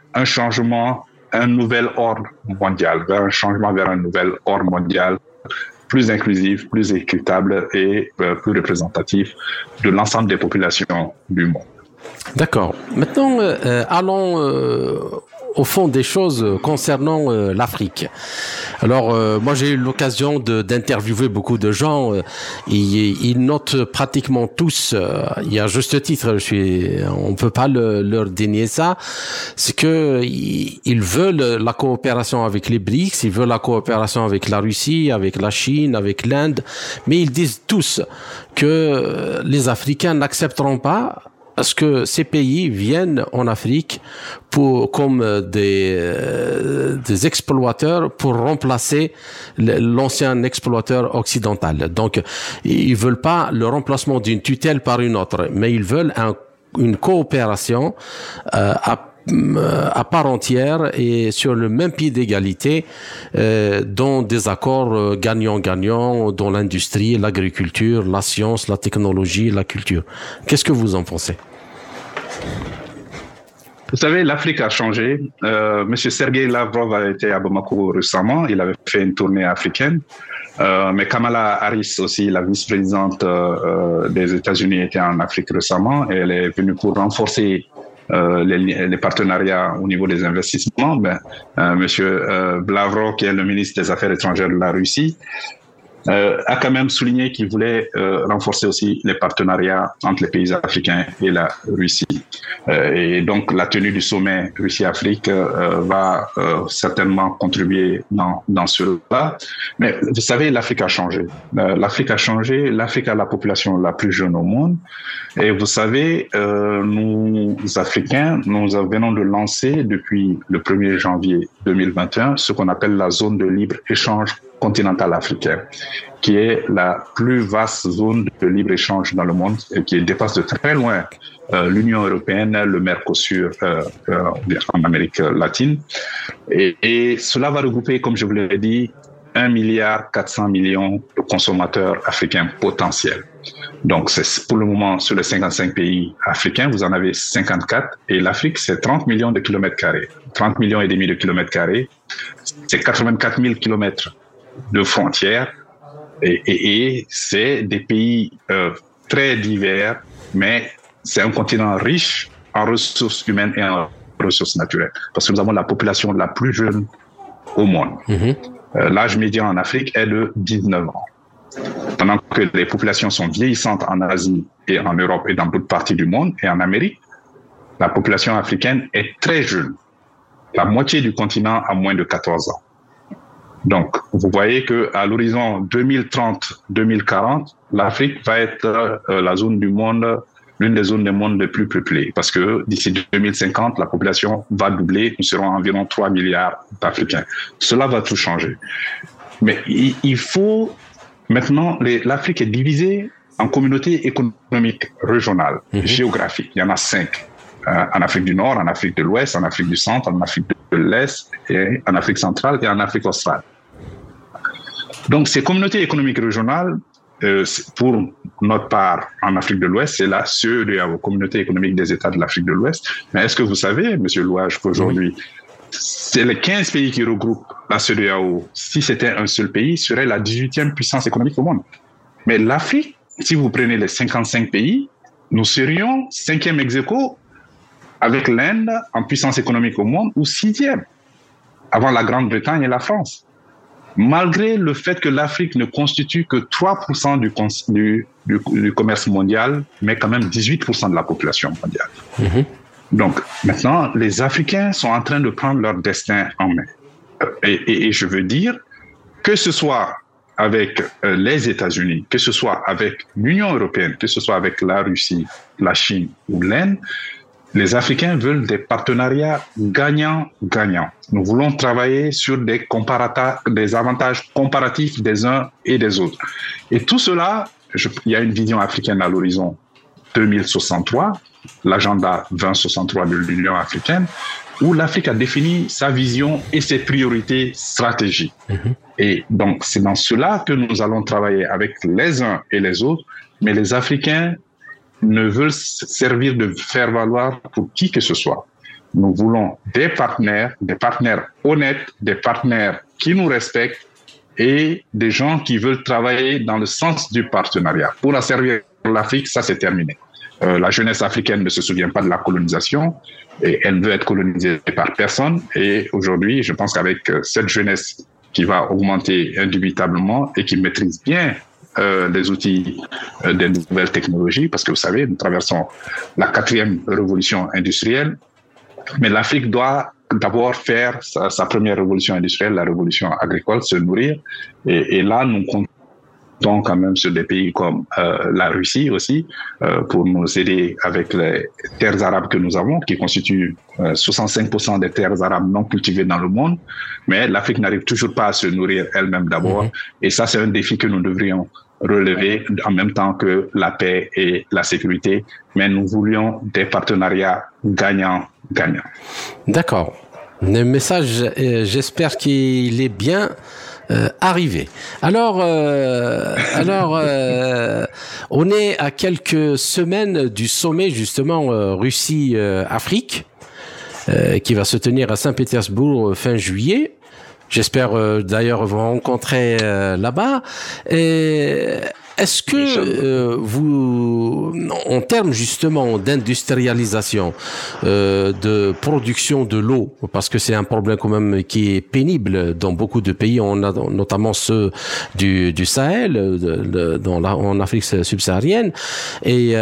un changement, un nouvel ordre mondial, vers un changement vers un nouvel ordre mondial plus inclusif, plus équitable et euh, plus représentatif de l'ensemble des populations du monde. D'accord. Maintenant, euh, allons euh, au fond des choses concernant euh, l'Afrique. Alors, euh, moi, j'ai eu l'occasion de, d'interviewer beaucoup de gens. Euh, ils, ils notent pratiquement tous, euh, il y a juste titre, je suis, on peut pas le, leur dénier ça, c'est que ils, ils veulent la coopération avec les B R I C S, ils veulent la coopération avec la Russie, avec la Chine, avec l'Inde, mais ils disent tous que les Africains n'accepteront pas parce que ces pays viennent en Afrique pour, comme des, euh, des exploiteurs pour remplacer l'ancien exploiteur occidental. Donc, ils veulent pas le remplacement d'une tutelle par une autre, mais ils veulent un, une coopération euh, à à part entière et sur le même pied d'égalité euh, dans des accords euh, gagnant-gagnant dans l'industrie, l'agriculture, la science, la technologie, la culture. Qu'est-ce que vous en pensez? Vous savez, l'Afrique a changé. Euh, Monsieur Sergei Lavrov a été à Bamako récemment. Il avait fait une tournée africaine. Euh, mais Kamala Harris aussi, la vice-présidente euh, des États-Unis, était en Afrique récemment et elle est venue pour renforcer Euh, les, les partenariats au niveau des investissements. Ben, euh, Monsieur euh, Lavrov, qui est le ministre des Affaires étrangères de la Russie, euh, a quand même souligné qu'il voulait euh, renforcer aussi les partenariats entre les pays africains et la Russie. Euh, et donc, la tenue du sommet Russie-Afrique euh, va euh, certainement contribuer dans, dans cela. Mais vous savez, l'Afrique a changé. Euh, L'Afrique a changé. L'Afrique a la population la plus jeune au monde. Et vous savez, euh, nous, Africains, nous venons de lancer depuis le premier janvier deux mille vingt et un ce qu'on appelle la zone de libre-échange continentale africaine, qui est la plus vaste zone de libre-échange dans le monde et qui dépasse de très loin euh, l'Union européenne, le Mercosur euh, euh, en Amérique latine. Et, et cela va regrouper, comme je vous l'ai dit, un milliard quatre cents millions de consommateurs africains potentiels. Donc, c'est pour le moment, sur les cinquante-cinq pays africains, vous en avez cinquante-quatre. Et l'Afrique, c'est trente millions de kilomètres carrés. trente millions et demi de kilomètres carrés. C'est quatre-vingt-quatre mille kilomètres de frontières. Et, et, et c'est des pays euh, très divers, mais c'est un continent riche en ressources humaines et en ressources naturelles. Parce que nous avons la population la plus jeune au monde. Mm-hmm. Euh, l'âge médian en Afrique est de dix-neuf ans. Pendant que les populations sont vieillissantes en Asie et en Europe et dans d'autres parties du monde et en Amérique, la population africaine est très jeune. La moitié du continent a moins de quatorze ans. Donc, vous voyez qu'à l'horizon deux mille trente deux mille quarante, l'Afrique va être euh, la zone du monde, l'une des zones du monde les plus peuplées. Parce que d'ici deux mille cinquante, la population va doubler. Nous serons environ trois milliards d'Africains. Cela va tout changer. Mais il, il faut... Maintenant, les, l'Afrique est divisée en communautés économiques régionales, mmh. géographiques. Il y en a cinq. Euh, en Afrique du Nord, en Afrique de l'Ouest, en Afrique du Centre, en Afrique de l'Est, et en Afrique centrale et en Afrique australe. Donc, ces communautés économiques régionales, euh, pour notre part, en Afrique de l'Ouest, c'est la C E D E A O, Communauté économique des États de l'Afrique de l'Ouest. Mais est-ce que vous savez, Monsieur Louage, qu'aujourd'hui, mmh. c'est les quinze pays qui regroupent la C E D E A O. Si c'était un seul pays, serait la dix-huitième puissance économique au monde. Mais l'Afrique, si vous prenez les cinquante-cinq pays, nous serions cinquième ex aequo avec l'Inde en puissance économique au monde ou sixième, avant la Grande-Bretagne et la France. Malgré le fait que l'Afrique ne constitue que trois pour cent du, du, du, du commerce mondial, mais quand même dix-huit pour cent de la population mondiale. Mmh. Donc, maintenant, les Africains sont en train de prendre leur destin en main. Et, et, et je veux dire, que ce soit avec euh, les États-Unis, que ce soit avec l'Union européenne, que ce soit avec la Russie, la Chine ou l'Inde, les Africains veulent des partenariats gagnants-gagnants. Nous voulons travailler sur des, comparata- des avantages comparatifs des uns et des autres. Et tout cela, je, il y a une vision africaine à l'horizon deux mille soixante-trois, l'agenda vingt soixante-trois de l'Union africaine, où l'Afrique a défini sa vision et ses priorités stratégiques. Mmh. Et donc, c'est dans cela que nous allons travailler avec les uns et les autres, mais les Africains ne veulent servir de faire valoir pour qui que ce soit. Nous voulons des partenaires, des partenaires honnêtes, des partenaires qui nous respectent et des gens qui veulent travailler dans le sens du partenariat. Pour asservir l'Afrique, ça c'est terminé. Euh, la jeunesse africaine ne se souvient pas de la colonisation et elle veut être colonisée par personne. Et aujourd'hui, je pense qu'avec cette jeunesse qui va augmenter indubitablement et qui maîtrise bien euh, les outils euh, des nouvelles technologies, parce que vous savez, nous traversons la quatrième révolution industrielle, mais l'Afrique doit d'abord faire sa, sa première révolution industrielle, la révolution agricole, se nourrir. Et, et là, nous comptons quand même sur des pays comme euh, la Russie aussi, euh, pour nous aider avec les terres arabes que nous avons, qui constituent euh, soixante-cinq pour cent des terres arabes non cultivées dans le monde. Mais l'Afrique n'arrive toujours pas à se nourrir elle-même d'abord. Mmh. Et ça, c'est un défi que nous devrions relever en même temps que la paix et la sécurité. Mais nous voulions des partenariats gagnants-gagnants. D'accord. Le message, euh, j'espère qu'il est bien Euh, arrivé. Alors, euh, alors, euh, on est à quelques semaines du sommet justement euh, Russie-Afrique euh, qui va se tenir à Saint-Pétersbourg fin juillet. J'espère euh, d'ailleurs vous rencontrer euh, là-bas. Et est-ce que euh, vous, en termes justement d'industrialisation, euh, de production de l'eau, parce que c'est un problème quand même qui est pénible dans beaucoup de pays, on a notamment ceux du, du Sahel, de, de, dans la, en Afrique subsaharienne, et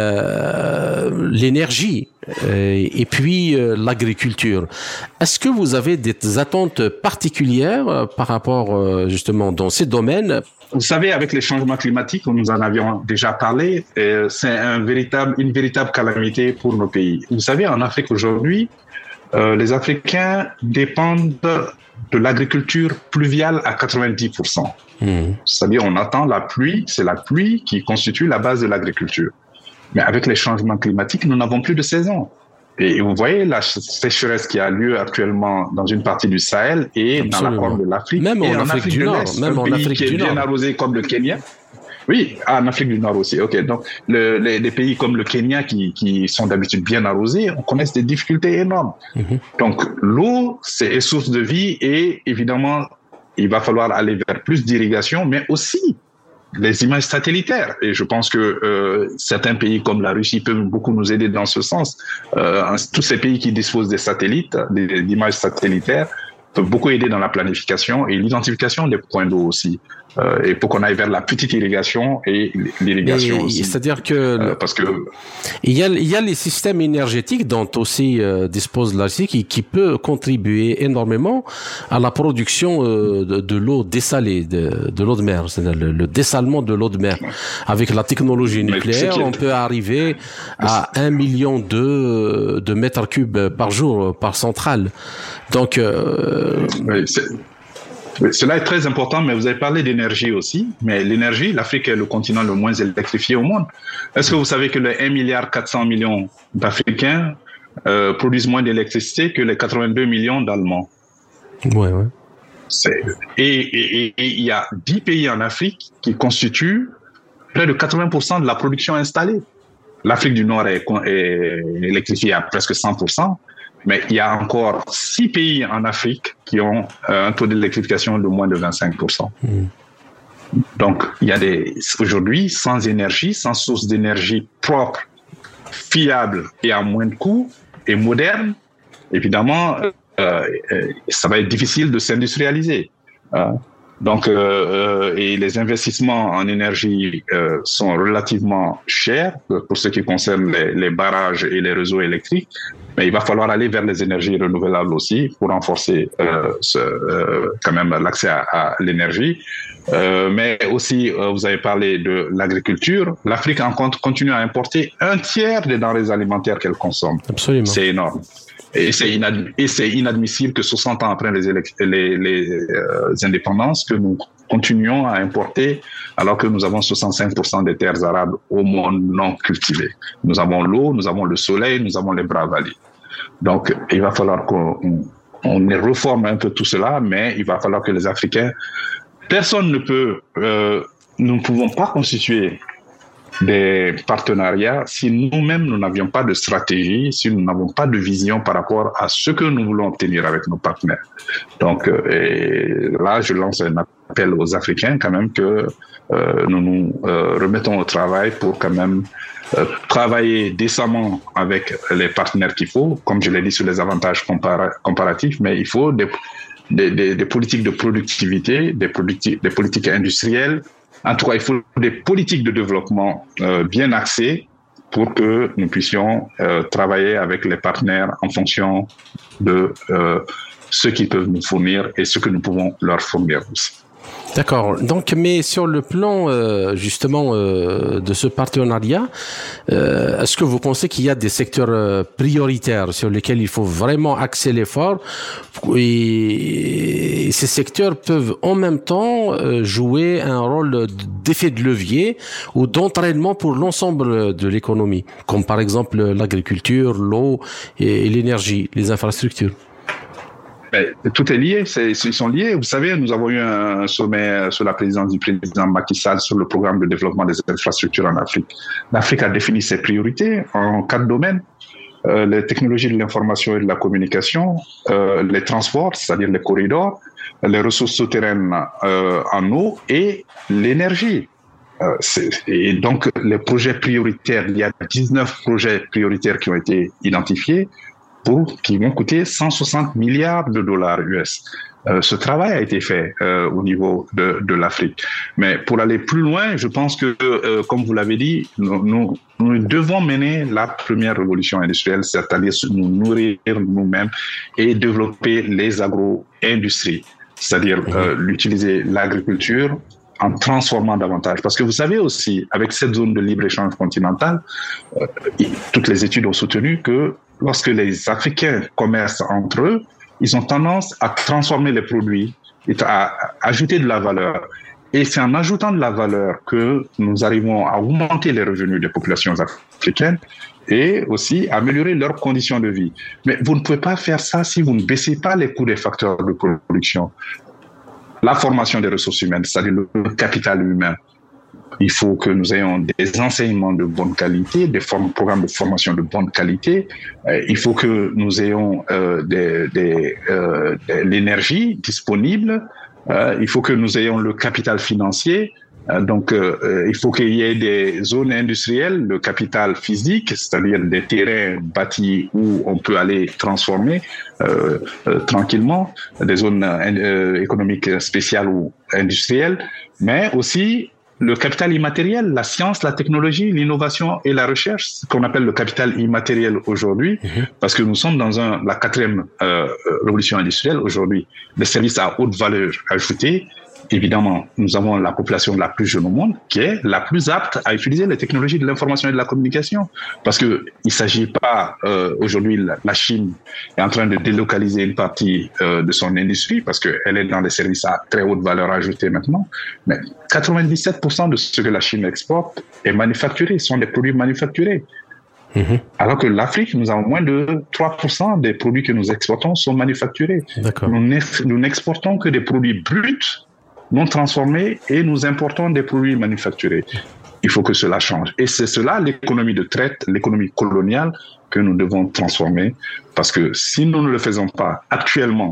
euh, l'énergie. Et puis euh, l'agriculture. Est-ce que vous avez des attentes particulières euh, par rapport euh, justement dans ces domaines? Vous savez, avec les changements climatiques, nous en avions déjà parlé, euh, c'est un véritable, une véritable calamité pour nos pays. Vous savez, en Afrique aujourd'hui, euh, les Africains dépendent de l'agriculture pluviale à quatre-vingt-dix pour cent. Mmh. C'est-à-dire, on attend la pluie, c'est la pluie qui constitue la base de l'agriculture. Mais avec les changements climatiques, nous n'avons plus de saison. Et vous voyez la sécheresse qui a lieu actuellement dans une partie du Sahel et Absolument. Dans la Corne de l'Afrique. Même et en, en Afrique du Nord. Même en Afrique qui est du bien Nord. arrosé comme le Kenya. Oui, en Afrique du Nord aussi. Ok, donc le, les, les pays comme le Kenya qui, qui sont d'habitude bien arrosés, on connaît des difficultés énormes. Mm-hmm. Donc l'eau, c'est une source de vie et évidemment, il va falloir aller vers plus d'irrigation, mais aussi les images satellitaires. Et je pense que euh, certains pays comme la Russie peuvent beaucoup nous aider dans ce sens. Euh, tous ces pays qui disposent des satellites, des, des images satellitaires, peuvent beaucoup aider dans la planification et l'identification des points d'eau aussi. Euh, et pour qu'on aille vers la petite irrigation et l'irrigation et, aussi. C'est-à-dire que euh, parce que il y a il y a les systèmes énergétiques dont aussi euh, dispose la Russie qui qui peut contribuer énormément à la production euh, de, de l'eau dessalée, de, de l'eau de mer, c'est-à-dire le, le dessalement de l'eau de mer. Avec la technologie nucléaire, on peut arriver à un million de de mètres cubes par jour par centrale. Donc euh, oui, c'est... Oui, cela est très important, mais vous avez parlé d'énergie aussi. Mais l'énergie, l'Afrique est le continent le moins électrifié au monde. Est-ce que vous savez que les un milliard quatre cents millions d'Africains euh, produisent moins d'électricité que les quatre-vingt-deux millions d'Allemands? Ouais, ouais. C'est... Et il y a dix pays en Afrique qui constituent près de quatre-vingts pour cent de la production installée. L'Afrique du Nord est, est électrifiée à presque cent pour cent. Mais il y a encore six pays en Afrique qui ont un taux d'électrification de moins de vingt-cinq pour cent. Mmh. Donc, il y a des, aujourd'hui, sans énergie, sans source d'énergie propre, fiable et à moins de coûts et moderne, évidemment, euh, ça va être difficile de s'industrialiser. Hein. Donc, euh, euh, et les investissements en énergie euh, sont relativement chers pour ce qui concerne les, les barrages et les réseaux électriques, mais il va falloir aller vers les énergies renouvelables aussi pour renforcer euh, ce, euh, quand même l'accès à, à l'énergie. Euh, mais aussi, euh, vous avez parlé de l'agriculture. L'Afrique en compte continue à importer un tiers des denrées alimentaires qu'elle consomme. Absolument. C'est énorme. Et c'est, inad- et c'est inadmissible que soixante ans après les, élec- les, les euh, indépendances, que nous continuions à importer alors que nous avons soixante-cinq pour cent des terres arabes au monde non cultivées. Nous avons l'eau, nous avons le soleil, nous avons les Bras-Vallées. Donc, il va falloir qu'on on réforme un peu tout cela, mais il va falloir que les Africains... Personne ne peut... Euh, nous ne pouvons pas constituer des partenariats si nous-mêmes, nous n'avions pas de stratégie, si nous n'avons pas de vision par rapport à ce que nous voulons obtenir avec nos partenaires. Donc et là, je lance un appel aux Africains quand même que euh, nous nous euh, remettons au travail pour quand même euh, travailler décemment avec les partenaires qu'il faut, comme je l'ai dit sur les avantages compara- comparatifs, mais il faut des, des, des, des politiques de productivité, des politiques, des politiques industrielles. En tout cas, il faut des politiques de développement euh, bien axées pour que nous puissions euh, travailler avec les partenaires en fonction de euh, ce qu'ils peuvent nous fournir et ce que nous pouvons leur fournir aussi. D'accord. Donc, mais sur le plan euh, justement euh, de ce partenariat, euh, est-ce que vous pensez qu'il y a des secteurs euh, prioritaires sur lesquels il faut vraiment axer l'effort et, et ces secteurs peuvent en même temps euh, jouer un rôle d'effet de levier ou d'entraînement pour l'ensemble de l'économie, comme par exemple l'agriculture, l'eau et, et l'énergie, les infrastructures? Mais tout est lié, c'est, ils sont liés. Vous savez, nous avons eu un sommet sous la présidence du président Macky Sall sur le programme de développement des infrastructures en Afrique. L'Afrique a défini ses priorités en quatre domaines. Euh, les technologies de l'information et de la communication, euh, les transports, c'est-à-dire les corridors, les ressources souterraines euh, en eau et l'énergie. Euh, c'est, et donc, les projets prioritaires, il y a dix-neuf projets prioritaires qui ont été identifiés, pour, qui vont coûter cent soixante milliards de dollars U S. Euh, ce travail a été fait euh, au niveau de, de l'Afrique. Mais pour aller plus loin, je pense que, euh, comme vous l'avez dit, nous, nous, nous devons mener la première révolution industrielle, c'est-à-dire nous nourrir nous-mêmes et développer les agro-industries, c'est-à-dire euh, l'utiliser l'agriculture en transformant davantage. Parce que vous savez aussi, avec cette zone de libre-échange continentale, euh, toutes les études ont soutenu que lorsque les Africains commercent entre eux, ils ont tendance à transformer les produits, à ajouter de la valeur. Et c'est en ajoutant de la valeur que nous arrivons à augmenter les revenus des populations africaines et aussi améliorer leurs conditions de vie. Mais vous ne pouvez pas faire ça si vous ne baissez pas les coûts des facteurs de production. La formation des ressources humaines, c'est-à-dire le capital humain. Il faut que nous ayons des enseignements de bonne qualité, des formes, programmes de formation de bonne qualité. Euh, il faut que nous ayons euh, des, des, euh, de l'énergie disponible. Euh, il faut que nous ayons le capital financier. Euh, donc, euh, il faut qu'il y ait des zones industrielles, le capital physique, c'est-à-dire des terrains bâtis où on peut aller transformer euh, euh, tranquillement, des zones euh, économiques spéciales ou industrielles, mais aussi le capital immatériel, la science, la technologie, l'innovation et la recherche, ce qu'on appelle le capital immatériel aujourd'hui, mmh. parce que nous sommes dans un, la quatrième euh, révolution industrielle aujourd'hui, des services à haute valeur ajoutée. Évidemment, nous avons la population la plus jeune au monde qui est la plus apte à utiliser les technologies de l'information et de la communication. Parce qu'il ne s'agit pas, euh, aujourd'hui, la, la Chine est en train de délocaliser une partie euh, de son industrie parce qu'elle est dans des services à très haute valeur ajoutée maintenant. Mais quatre-vingt-dix-sept pour cent de ce que la Chine exporte est manufacturé, sont des produits manufacturés. Mmh. Alors que l'Afrique, nous avons moins de trois pour cent des produits que nous exportons sont manufacturés. D'accord. Nous, nous n'exportons que des produits bruts, non transformés, et nous importons des produits manufacturés. Il faut que cela change. Et c'est cela l'économie de traite, l'économie coloniale que nous devons transformer. Parce que si nous ne le faisons pas actuellement,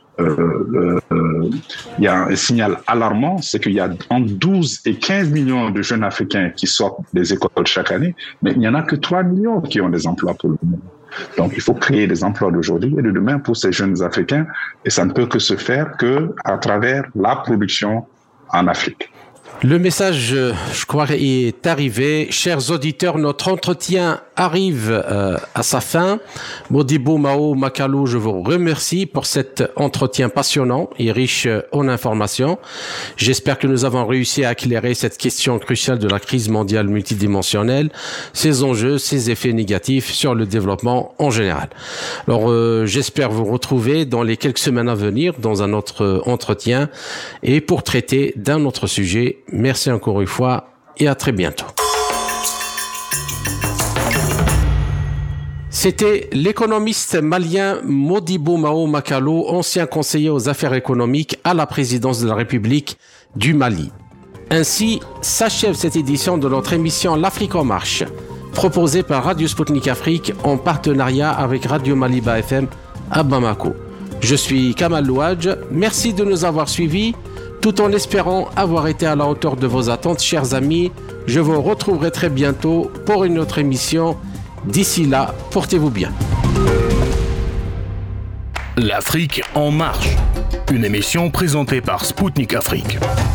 euh, euh, il y a un signal alarmant, c'est qu'il y a entre douze et quinze millions de jeunes Africains qui sortent des écoles chaque année, mais il n'y en a que trois millions qui ont des emplois pour le moment. Donc, il faut créer des emplois d'aujourd'hui et de demain pour ces jeunes Africains, et ça ne peut que se faire qu'à travers la production en Afrique. Le message, je crois, est arrivé. Chers auditeurs, notre entretien arrive euh, à sa fin. Modibo Mao Makalo, je vous remercie pour cet entretien passionnant et riche en informations. J'espère que nous avons réussi à éclairer cette question cruciale de la crise mondiale multidimensionnelle, ses enjeux, ses effets négatifs sur le développement en général. Alors, euh, j'espère vous retrouver dans les quelques semaines à venir dans un autre entretien et pour traiter d'un autre sujet. Merci encore une fois et à très bientôt. C'était l'économiste malien Modibo Mao Makalo, ancien conseiller aux affaires économiques à la présidence de la République du Mali. Ainsi s'achève cette édition de notre émission L'Afrique en marche, proposée par Radio Sputnik Afrique en partenariat avec Radio Maliba F M à Bamako. Je suis Kamal Louadj, merci de nous avoir suivis, tout en espérant avoir été à la hauteur de vos attentes, chers amis. Je vous retrouverai très bientôt pour une autre émission. D'ici là, portez-vous bien. L'Afrique en marche, une émission présentée par Sputnik Afrique.